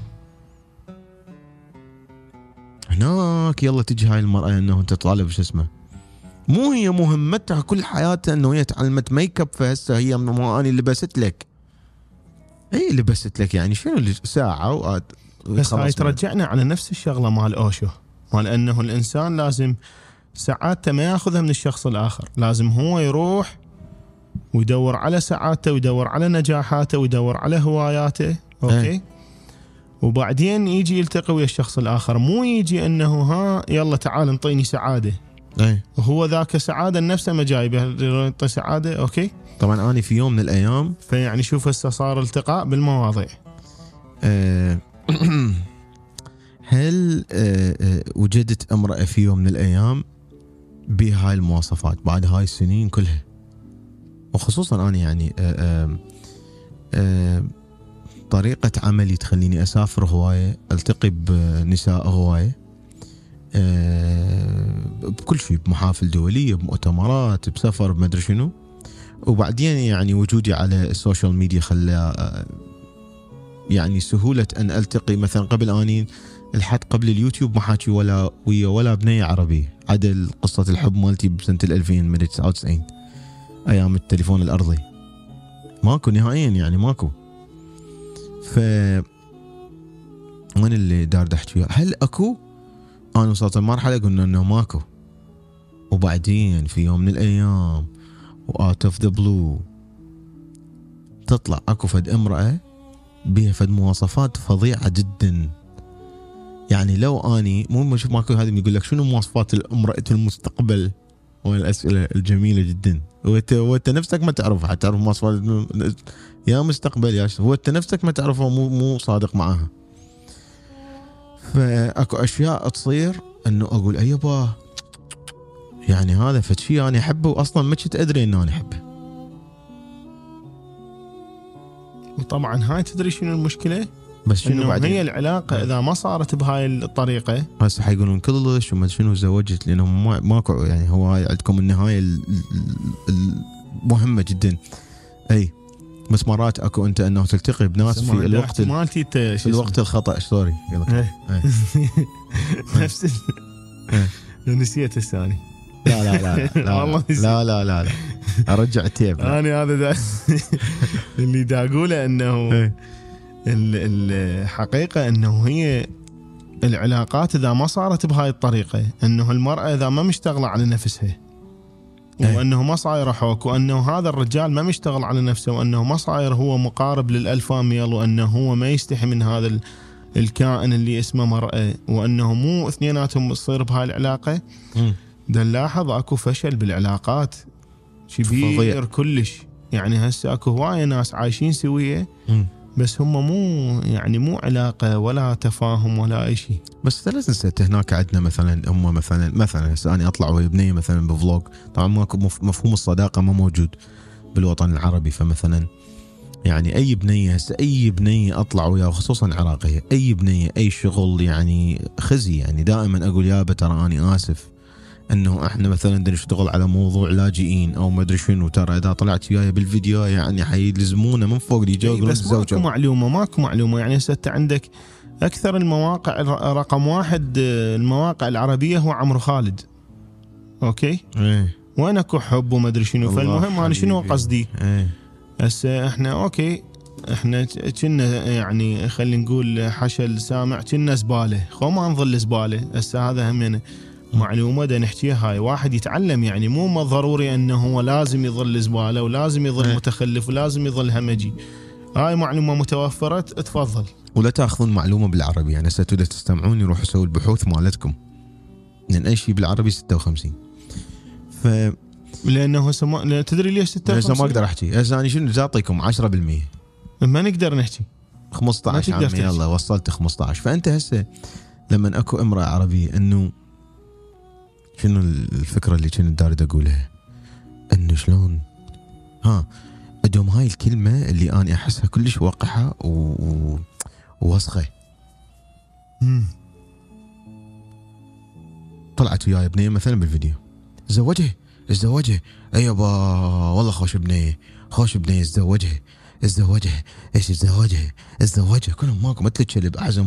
هناك يلا تجي هاي المرأة أنه أنت طالب شو اسمه، مو هي مهمتها كل حياتها أنه هي تعلمت ميك اب، فهسه هي مو أنا لبست لك، هي لبست لك يعني شنو ساعة وقعد. بس هاي ترجعنا على نفس الشغلة مال أوشو، مال أنه الإنسان لازم سعادته ما ياخذها من الشخص الآخر، لازم هو يروح ويدور على سعادته ويدور على نجاحاته ويدور على هواياته أوكي ايه. وبعدين يجي يلتقي ويا الشخص الآخر، مو يجي أنه ها يلا تعال انطيني سعادة ايه. وهو ذاك سعادة نفسه ما جايبه ينطي سعادة أوكي. طبعا أنا في يوم من الأيام فيعني شوف هسه صار التقاء بالمواضيع. أه هل أه أه وجدت امرأة في يوم من الأيام بهاي المواصفات بعد هاي السنين كلها؟ وخصوصا أنا يعني أه أه أه طريقة عملي تخليني أسافر هواية، ألتقي بنساء هواية أه بكل شيء، بمحافل دولية، بمؤتمرات، بسفر، بمدري شنو. وبعدين يعني وجودي على السوشيال ميديا خلى أه يعني سهولة أن ألتقي. مثلا قبل أني الحد قبل اليوتيوب ما حاكي ولا ويا ولا بنية عربية، عدل قصة الحب مالتي بسنة الألفين من تسعة وتسعين أيام التليفون الأرضي، ماكو نهائيا يعني ماكو. ف من اللي دار احكي هل اكو؟ انا وصلت المرحله قلنا انه ماكو. وبعدين في يوم من الايام وات اوف ذا بلو تطلع اكو فد امراه بها فد مواصفات فظيعه جدا. يعني لو اني مو شوف ماكو هذا يقول لك شنو مواصفات الامراه المستقبل، والاسئله الجميله جدا، وانت وانت نفسك ما تعرف، حتعرف مواصفات يا مستقبل يا هو انت نفسك ما تعرفه، مو مو صادق معاها. فاكو اشياء تصير انه اقول ايبا يعني هذا فد شيء انا احبه واصلا ما كنت ادري انه انا احبه. وطبعا هاي تدري شنو المشكله؟ بس شنو بعدين؟ هي العلاقه اذا ما صارت بهاي الطريقه هسه حيقولون كلش وما شنو زوجت، لانهم ما ماكو يعني هو هاي عندكم النهايه المهمه جدا. اي بس مرات اكو انت انه تلتقي بناس في الوقت مالتي في الوقت الخطا سوري نفس نسيت الثاني. لا لا لا لا لا لا لا لا ارجع التيب. انا هذا دا اللي دا اقوله انه الحقيقه انه هي العلاقات اذا ما صارت بهاي الطريقه، انه المراه اذا ما مشتغله على نفسها وانه ما صاير حوك، وانه هذا الرجال ما مشتغل على نفسه، وانه ما صاير هو مقارب للالفا ميل، وانه هو ما يستحي من هذا الكائن اللي اسمه مرأة، وانه مو اثنيناتهم تصير بهاي العلاقه، ده نلاحظ اكو فشل بالعلاقات كبير كلش. يعني هسه اكو هوايه ناس عايشين سويه بس هم مو يعني مو علاقه ولا تفاهم ولا اي شيء. بس لا تنسى هناك عندنا مثلا هم مثلا مثلا هسه انا اطلع ويا بنيه مثلا بفلوج، طبعا ماكو مفهوم الصداقه ما موجود بالوطن العربي، فمثلا يعني اي بنيه هسه اي بنيه اطلع وياها خصوصا عراقيه، اي بنيه اي شغل يعني خزي، يعني دائما اقول يابا ترى اني اسف انه احنا مثلا نشتغل على موضوع لاجئين او ما ادري شنو، ترى اذا طلعت وياي بالفيديو يعني حيلزمونا من فوق اللي يجوا يقولون بس ماكو معلومه ماكو معلومه يعني هسه انت عندك اكثر المواقع رقم واحد المواقع العربيه هو عمرو خالد. اوكي ايه وين اكو حب وما ادري شنو. فالمهم انا شنو قصدي ايه هسه احنا اوكي احنا كنا يعني خلينا نقول حشا السامع كنا زباله، خو ما نظل زباله. هسه هذا همنا معلومه دا نحكيها، هاي واحد يتعلم يعني مو ضروري انه هو لازم يظل زباله ولازم يظل ايه. متخلف ولازم يظل همجي. هاي معلومه متوفره تفضل. ولا تاخذون معلومه بالعربي يعني هسه تبدا تستمعون يروحوا يسووا البحوث مالتكم لان اي شيء بالعربي ستة وخمسين. ف لانه هسه ما تدري ليش ستة وخمسين؟ هسه ما اقدر احكي هسه انا شنو اعطيكم عشرة بالمئة ما نقدر نحكي خمسة عشر عمي يلا وصلت خمسة عشر. فانت هسه لما اكو امراه عربيه انه شنو الفكره اللي كنت دارد اقولها انه شلون ها ادوم هاي الكلمه اللي انا احسها كلش وقحه و... ووسخه. طلعت وياي بنيه مثلا بالفيديو تزوجه تزوجه اي يابا والله خوش بنيه خوش بنيه تزوجه تزوجه ايش تزوجه تزوجه كلهم ماكو مثل الكلب اعزم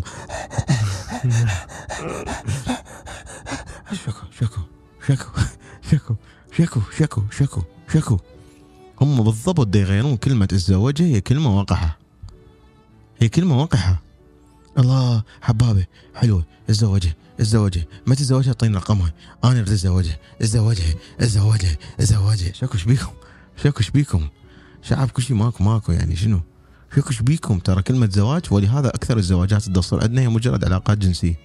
شكو شكو شكو شكو شكو شكو شكو شكو. هم بالضبط دا يغيرون كلمة تزوجه، هي كلمة وقحة هي كلمة وقحة. الله حبابة حلوة تزوجه تزوجه ما تزوجها اعطيني رقمها انا اريد اتزوجها تزوجها تزوجها تزوجها. شكو شبيكم شكو شبيكم شعب كل شيء ماكو ماكو يعني شنو شكو شبيكم. ترى كلمة زواج ولهذا اكثر الزواجات اللي تصير عندنا هي مجرد علاقات جنسية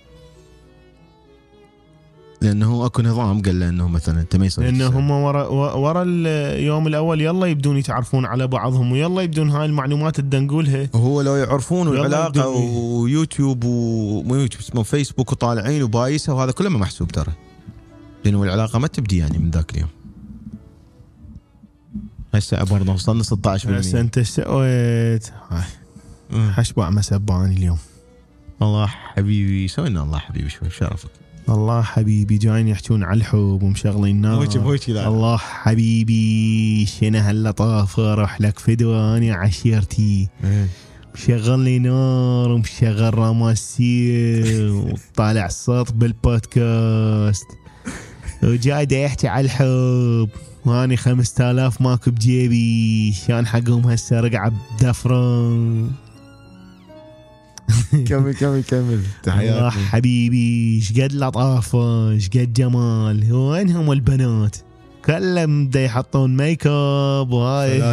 لانه اكو نظام قال له انه مثلا انت ما يصير لانه هم ورا ورا اليوم الاول يلا يبدون يتعرفون على بعضهم ويلا يبدون هاي المعلومات اللي نقولها. وهو لو يعرفون العلاقه ويوتيوب ومو يوتيوب اسمه فيسبوك وطالعين وبايسها وهذا كله ما محسوب ترى لانه العلاقه ما تبدي يعني من ذاك اليوم. هسه برضه وصلنا ستة عشر بالمئة. هسه انت ايش سويت؟ حشبع مسباني اليوم. الله حبيبي سوينا الله حبيبي شوي شرفك. الله حبيبي جايين يحكون على الحب ومشغلين نار. الله حبيبي شنو هاللطافه روح لك فدواني عشيرتي مشغل لي نار ومشغل راماسي وطالع الصوت بالبودكاست وجاي دا يحكي على الحب واني خمسة آلاف ماكو بجيبي شان حقهم هسه رقعه بدفران. كمل كمل كمل تحياتي. الله حبيبي شقد لطافه شقد جمال. وينهم البنات كلهم دا يحطون ميك اب وهاي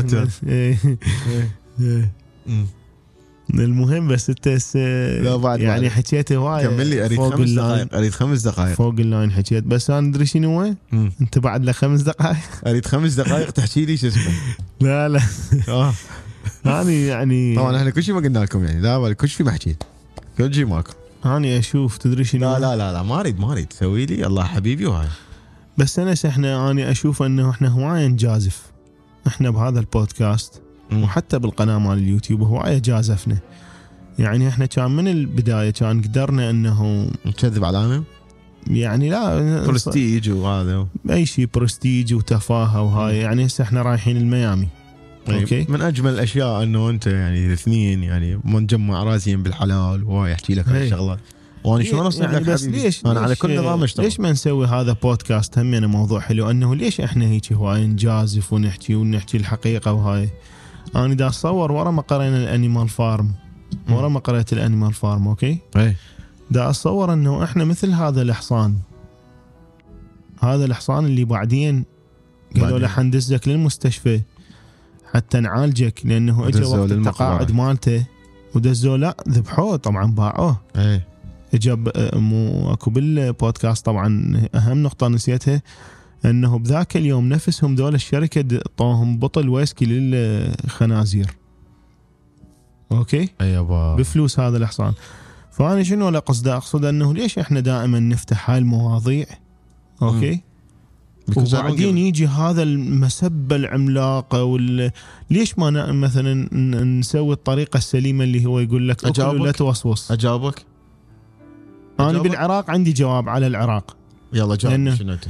المهم. بس انت يعني حكيت هواي كمل لي اريد خمس دقائق اريد خمس دقائق فوق اللاين حكيت بس انا ادري شنو هو. انت بعد لك خمس دقائق اريد خمس دقائق تحكي لي شو اسمه. لا لا اه هاني يعني طبعا احنا كل شيء ما قلنا لكم يعني لا كل شيء ما حكيت كل شيء ماكو. هاني اشوف تدري شنو. لا لا لا لا ما اريد ما اريد سوي لي الله حبيبي وهاي. بس انا احنا اني اشوف انه احنا هوايه نجازف احنا بهذا البودكاست م. وحتى بالقناه مال اليوتيوب هوايه جازفنا يعني احنا كان من البدايه كان قدرنا انه نكذب على يعني لا برستيج وهذا اي شيء برستيج وتفاهه وهاي. يعني هسه احنا رايحين الميامي اوكي. من اجمل الاشياء انه انت يعني الاثنين يعني منجمع راسين بالحلال وهاي يحكي لك هالشغلات وانا شلون اصير يعني لك بس حبيبي. ليش انا على كل نظام اشتغل. ليش ما نسوي هذا بودكاست همنا موضوع حلو انه ليش احنا هيك هواي نجازف ونحكي ونحكي الحقيقه وهاي. انا دا اتصور ورا ما قرينا الانيمال فارم ورا ما قريت الانيمال فارم اوكي اي دا اتصور انه احنا مثل هذا الحصان هذا الحصان اللي بعدين قالوا له حندزك للمستشفى حتى نعالجك لانه اجى وقت التقاعد مالته ودزوا لا ذبحوه طبعا باعوه. اي اجى مو اكو بالبودكاست طبعا اهم نقطه نسيتها انه بذاك اليوم نفسهم دول الشركه طوهم بطل ويسكي للخنازير اوكي ايوه بفلوس هذا الحصان. فانا شنو لا قصد اقصد انه ليش احنا دائما نفتح هاي المواضيع اوكي وبعدين يجي هذا المسبة العملاقة وال... ليش ما ن... مثلا نسوي الطريقة السليمة اللي هو يقول لك أكل ولا توسوس. أجابك أنا بالعراق عندي جواب على العراق. يلا جاوب. شنو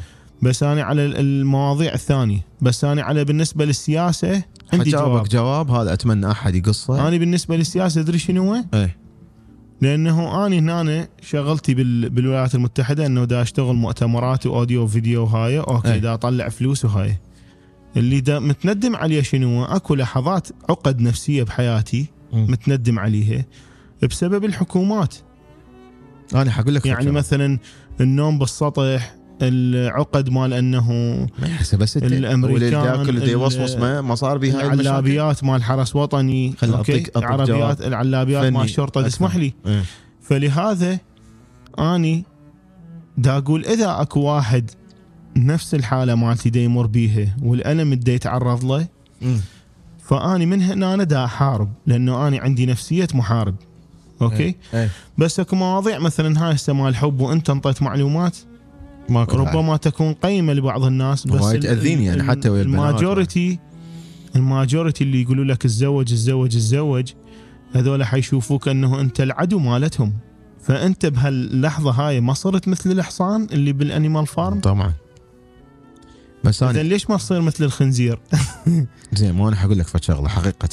بس انا على المواضيع الثانيه، بس انا على بالنسبه للسياسه عندي جواب. جواب هذا اتمنى احد يقصه. انا بالنسبه للسياسه ادري شنو هو؟ ايه لانه انا هنا شغلتي بال... بالولايات المتحده انه دا اشتغل مؤتمرات واوديو وفيديو وهاي اوكي ايه. دا اطلع فلوس وهاي اللي دا متندم عليه شنو؟ اكو لحظات عقد نفسيه بحياتي م. متندم عليها بسبب الحكومات. انا حقول لك يعني مثلا النوم بالسطح، العقد مال انه ما يحسب بس الامريكان اللي يوصوص ما ما صار بها العلابيات مال حرس وطني، اوكي العربيات العلابيات مال الشرطه تسمح لي. اه. فلهذا اني دا اقول اذا اكو واحد نفس الحاله مالتي دا يمر بيها والالم دا يتعرض له، م. فاني من هنا انا دا احارب لانه اني عندي نفسيه محارب. اوكي ايه. ايه. بس اكو مواضيع مثلا هاي هسه مال الحب وانت انطيت معلومات ربما تكون قيمه لبعض الناس، بس تاذيني يعني حتى ويا البنات. الماجوريتي الماجوريتي اللي يقولوا لك الزوج الزوج الزوج هذول حيشوفوك انه انت العدو مالتهم، فانت بهاللحظه هاي ما صرت مثل الحصان اللي بالانيمال فارم طبعا. بس انا ليش ما تصير مثل الخنزير؟ زين ما انا حقول لك فشغله حقيقه،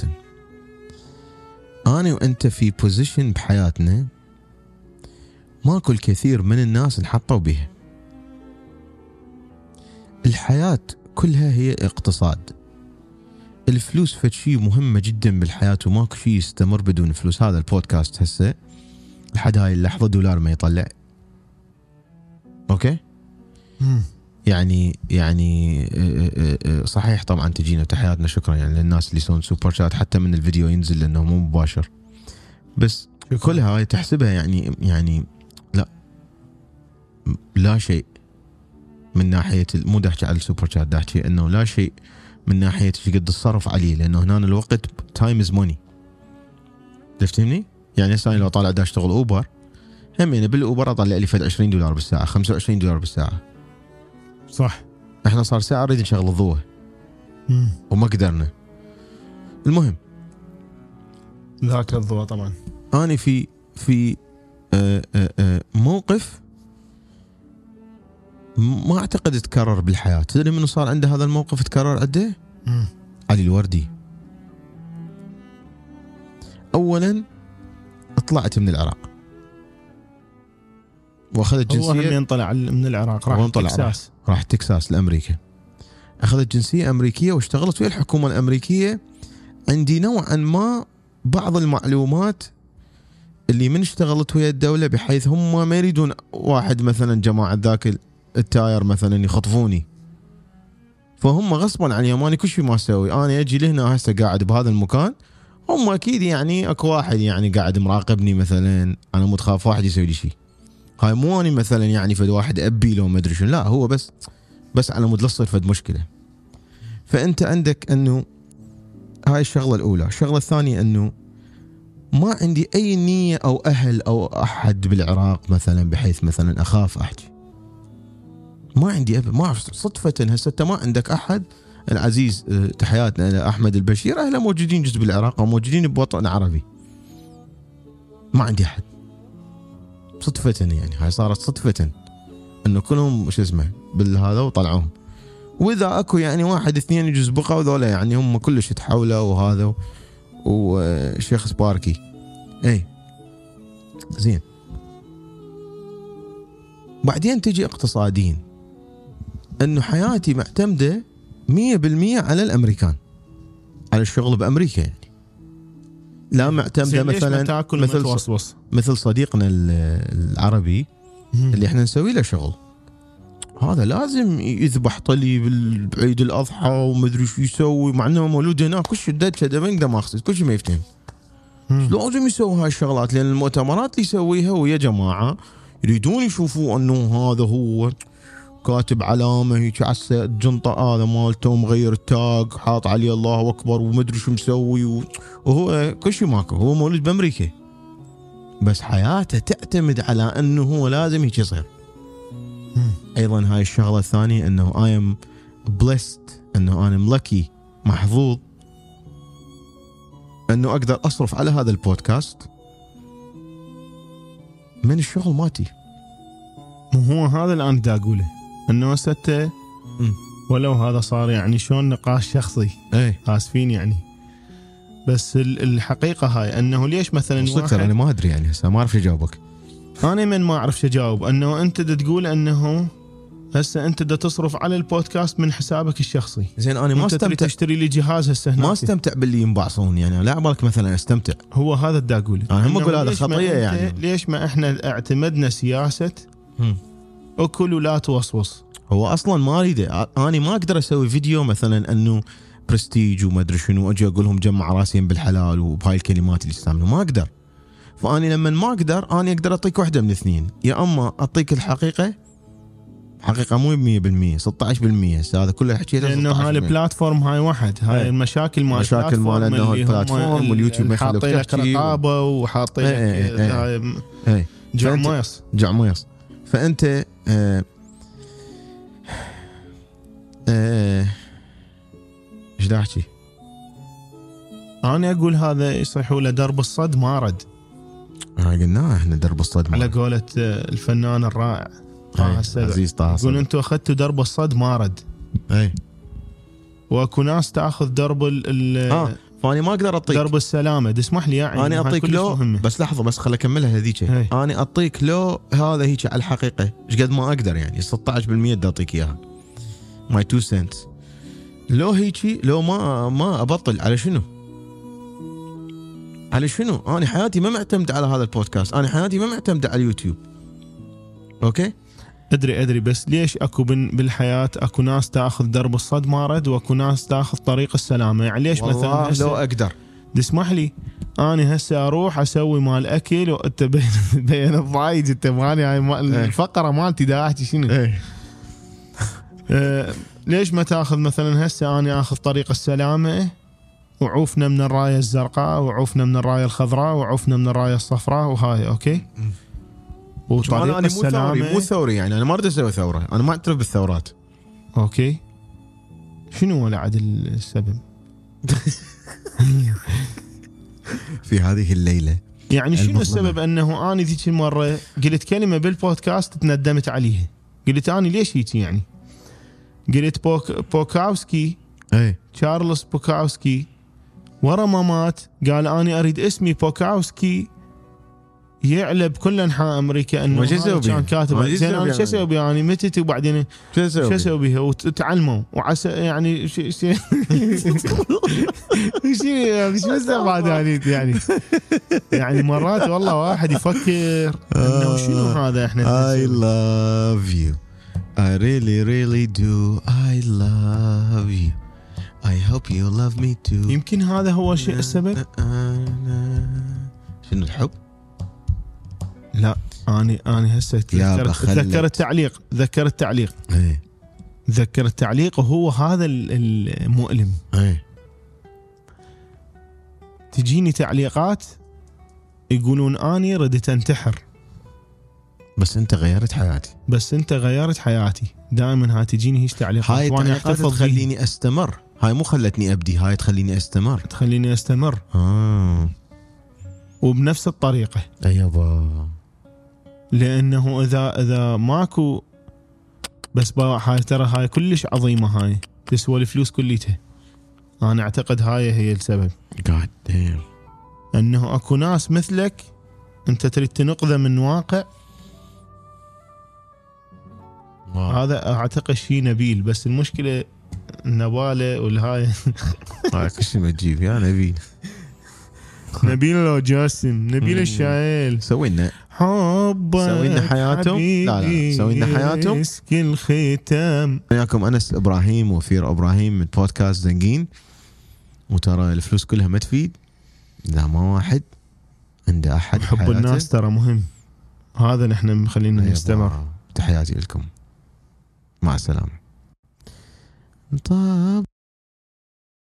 انا وانت في بوزيشن بحياتنا ماكو الكثير من الناس انحطوا بها. الحياة كلها هي اقتصاد. الفلوس فد شيء مهمة جدا بالحياة وماكو شيء يستمر بدون فلوس. هذا البودكاست هسه لحد هاي اللحظة دولار ما يطلع. اوكي يعني يعني صحيح طبعا تجينا تحياتنا شكرا يعني للناس اللي يسوون سوبر شات حتى من الفيديو ينزل لانه مو مباشر، بس كلها هاي تحسبها يعني يعني لا لا شيء من ناحيه مو داحكي على السوبر شات، داحكي انه لا شيء من ناحيه ايش قد الصرف عليه، لانه هنا الوقت تايم از موني. تفهمني؟ يعني هسه لو طالع دا اشتغل اوبر هم يعني بالاوبر اطلع لي فد عشرين دولار بالساعه خمسة وعشرين دولار بالساعه. صح. احنا صار ساعه نريد نشغل الضوء وما قدرنا. المهم ذاك الضوء طبعا انا في في آآ آآ موقف ما اعتقد تكرر بالحياه. تدري منو صار عنده هذا الموقف تكرر عنده؟ علي الوردي. اولا طلعت من العراق واخذت جنسيه. هو هم طلع من العراق راح تكساس، راح تكساس لامريكا، اخذت جنسيه امريكيه واشتغلت ويا الحكومه الامريكيه. عندي نوعا ما بعض المعلومات اللي من اشتغلت ويا الدوله بحيث هم ما يريدون واحد مثلا جماعه ذاك التاير مثلا يخطفوني، فهم غصبا عن يماني كل شيء ما اسوي انا اجي لهنا هسه قاعد بهذا المكان. هم اكيد يعني اكو واحد يعني قاعد مراقبني مثلا، انا متخاف واحد يسوي لي شيء. هاي مو اني مثلا يعني فد واحد ابي لو ما ادري شنو، لا هو بس بس على مود تصير فد مشكله. فانت عندك انه هاي الشغله الاولى. الشغله الثانيه انه ما عندي اي نيه او اهل او احد بالعراق مثلا بحيث مثلا اخاف احكي. ما عندي أب... ما اعرف صدفه هسه انت ما عندك احد. العزيز تحياتنا احمد البشير اهله موجودين جزء بالعراق وموجودين بوطن عربي. ما عندي احد صدفه يعني، هاي صارت صدفه انه كلهم شو اسمه بالهذا وطلعوهم. واذا اكو يعني واحد اثنين يجوز بقوا ذولا يعني هم كلش يتحولوا وهذا وشيخ سباركي. اي زين. بعدين تجي اقتصاديين انه حياتي معتمده مية بالمية على الامريكان، على الشغل بامريكا يعني. لا معتمده مثلا مثل مثل صديقنا العربي اللي احنا نسوي له شغل هذا لازم يذبح طلي بعيد الاضحى ومدري شو يسوي مع انه مولود هناك كل شيء دد كذا من ما يخص كل شيء ما يفتهم. لازم يسوي هاي الشغلات لان المؤتمرات اللي يسويها ويا جماعه يريدون يشوفوا انه هذا هو كاتب علامه هيك على الجنطه هذا مالته مغير التاج حاط عليه الله اكبر ومدري شو مسوي، وهو كل شيء ماكو. هو مولود بامريكا بس حياته تعتمد على انه هو لازم هيك يصير. ايضا هاي الشغله الثانيه انه I am blessed انه انا ملكي محظوظ انه اقدر اصرف على هذا البودكاست من الشغل مالتي. مو هو هذا اللي انا دا اقوله انه هسه م. ولو هذا صار يعني شلون نقاش شخصي، اي اسفين يعني. بس الحقيقه هاي انه ليش مثلا واحد انا ما ادري يعني هسه ما اعرف اجاوبك. انا من ما اعرف شو اجاوب. انه انت دا تقول انه هسه انت دا تصرف على البودكاست من حسابك الشخصي. زين انا ما استمتع تشتري لي جهاز هسه هناك، ما استمتع باللي ينبعصون يعني. لا بالك مثلا استمتع. هو هذا دا اقوله. انا هم اقول هذا خطيه يعني. ليش ما احنا اعتمدنا سياسه م. اكل ولا توصوص؟ هو اصلا ما اريده. انا ما اقدر اسوي فيديو مثلا انه برستيج وما ادري شنو، اجي اقول لهم جمع راسين بالحلال وبهاي الكلمات اللي يستعملوا، ما اقدر. فاني لما ما اقدر اني اقدر اعطيك واحده من اثنين، يا اما اعطيك الحقيقه، حقيقه مو مية بالمية ستة عشر بالمية هذا كله حكيته، لانه هاي البلاتفورم هاي واحد، هاي المشاكل مال مشاكل مال انه البلاتفورم واليوتيوب ما يخلوك حاطين لك رقابه وحاطين لك هاي جعميص جعميص. فانت آه آه ايش دا احكي؟ انا اقول هذا يصيحوا له درب الصد ما رد. انا قلنا احنا درب الصد على قولة الفنان الرائع طه السبع، عزيز طه السبع، يقول انتم اخذتوا درب الصد ما رد. اي واكو ناس تاخذ درب ال اه فاني ما اقدر اعطيك درب السلامه. تسمح لي يعني انا اعطيك لو مهمة. بس لحظه بس خل اكملها هذيك. انا اعطيك لو هذا هيك على الحقيقه ايش قد ما اقدر يعني ستة عشر بالمية بدي اعطيك اياها ماي تو سنتس. لو هيك لو ما ما ابطل على شنو؟ على شنو؟ انا حياتي ما معتمد على هذا البودكاست، انا حياتي ما معتمد على اليوتيوب. اوكي ادري ادري بس ليش اكو بالحياه اكو ناس تاخذ درب الصد ما رد واكو ناس تاخذ طريق السلامه. يعني ليش مثلا لو اقدر تسمح لي انا هسه اروح اسوي مال اكل وانت بين بين الضايج انت مالي هاي مال الفقره مالتي دا احكي شنو؟ آه ليش ما تاخذ مثلا هسه انا اخذ طريق السلامه وعوفنا من الرايه الزرقاء وعوفنا من الرايه الخضراء وعوفنا من الرايه الصفراء وهاي اوكي. وطريق أنا السلامه مو ثوري مو ثوري يعني انا ما اريد اسوي ثوره، انا ما اعترف بالثورات. اوكي شنو ولا عاد السبب؟ في هذه الليله يعني شنو السبب انه انا ذيك المره قلت كلمه بالبودكاست تندمت عليها. قلت انا ليش هيك يعني؟ قلت بوك بوكاوسكي اي تشارلز بوكاوسكي ورا ما مات قال اني اريد اسمي بوكاوسكي يعلى بكل انحاء امريكا انه كان كاتب. زين انا شو اسوي يعني متت وبعدين شو اسوي بها وتعلموا وعسى يعني شيء شيء شيء شو استفاد يعني يعني يعني مرات والله واحد يفكر انه شنو هذا احنا. I love you I really really do I love you I hope you love me too. يمكن هذا هو الشيء السبب. شنو الحب؟ لا أنا أنا هسه تذكرت تذكر التعليق تذكر التعليق ايه تذكر التعليق وهو هذا المؤلم. ايه تجيني تعليقات يقولون أني ردت أنتحر بس أنت غيرت حياتي بس أنت غيرت حياتي. دائما هاي تجيني هيش تعليقات. هاي التعليقات تخليني أستمر. هاي مو خلتني أبدي، هاي تخليني أستمر تخليني أستمر آه. وبنفس الطريقة. أيوة لأنه إذا إذا ماكو بس هاي ترى هاي كلش عظيمة، هاي تسوى الفلوس كليتها. أنا أعتقد هاي هي السبب. God damn. أنه أكو ناس مثلك أنت تريد تنقذه من واقع. واو. هذا أعتقد شيء نبيل، بس المشكلة النبالة والهاي هاي كل شيء ما تجيب يا نبيل. نبيل لو جاسم نبيل الشايل سوينا حبك سوينا حياتهم. لا لا سوينا حياتهم. مسك الختام. وياكم أنس إبراهيم وفير إبراهيم من بودكاست زنقين. وترى الفلوس كلها ما تفيد إذا ما واحد عنده أحد. حب الناس ترى مهم، هذا نحن مخلينا نستمر. تحياتي لكم، مع السلامة. طب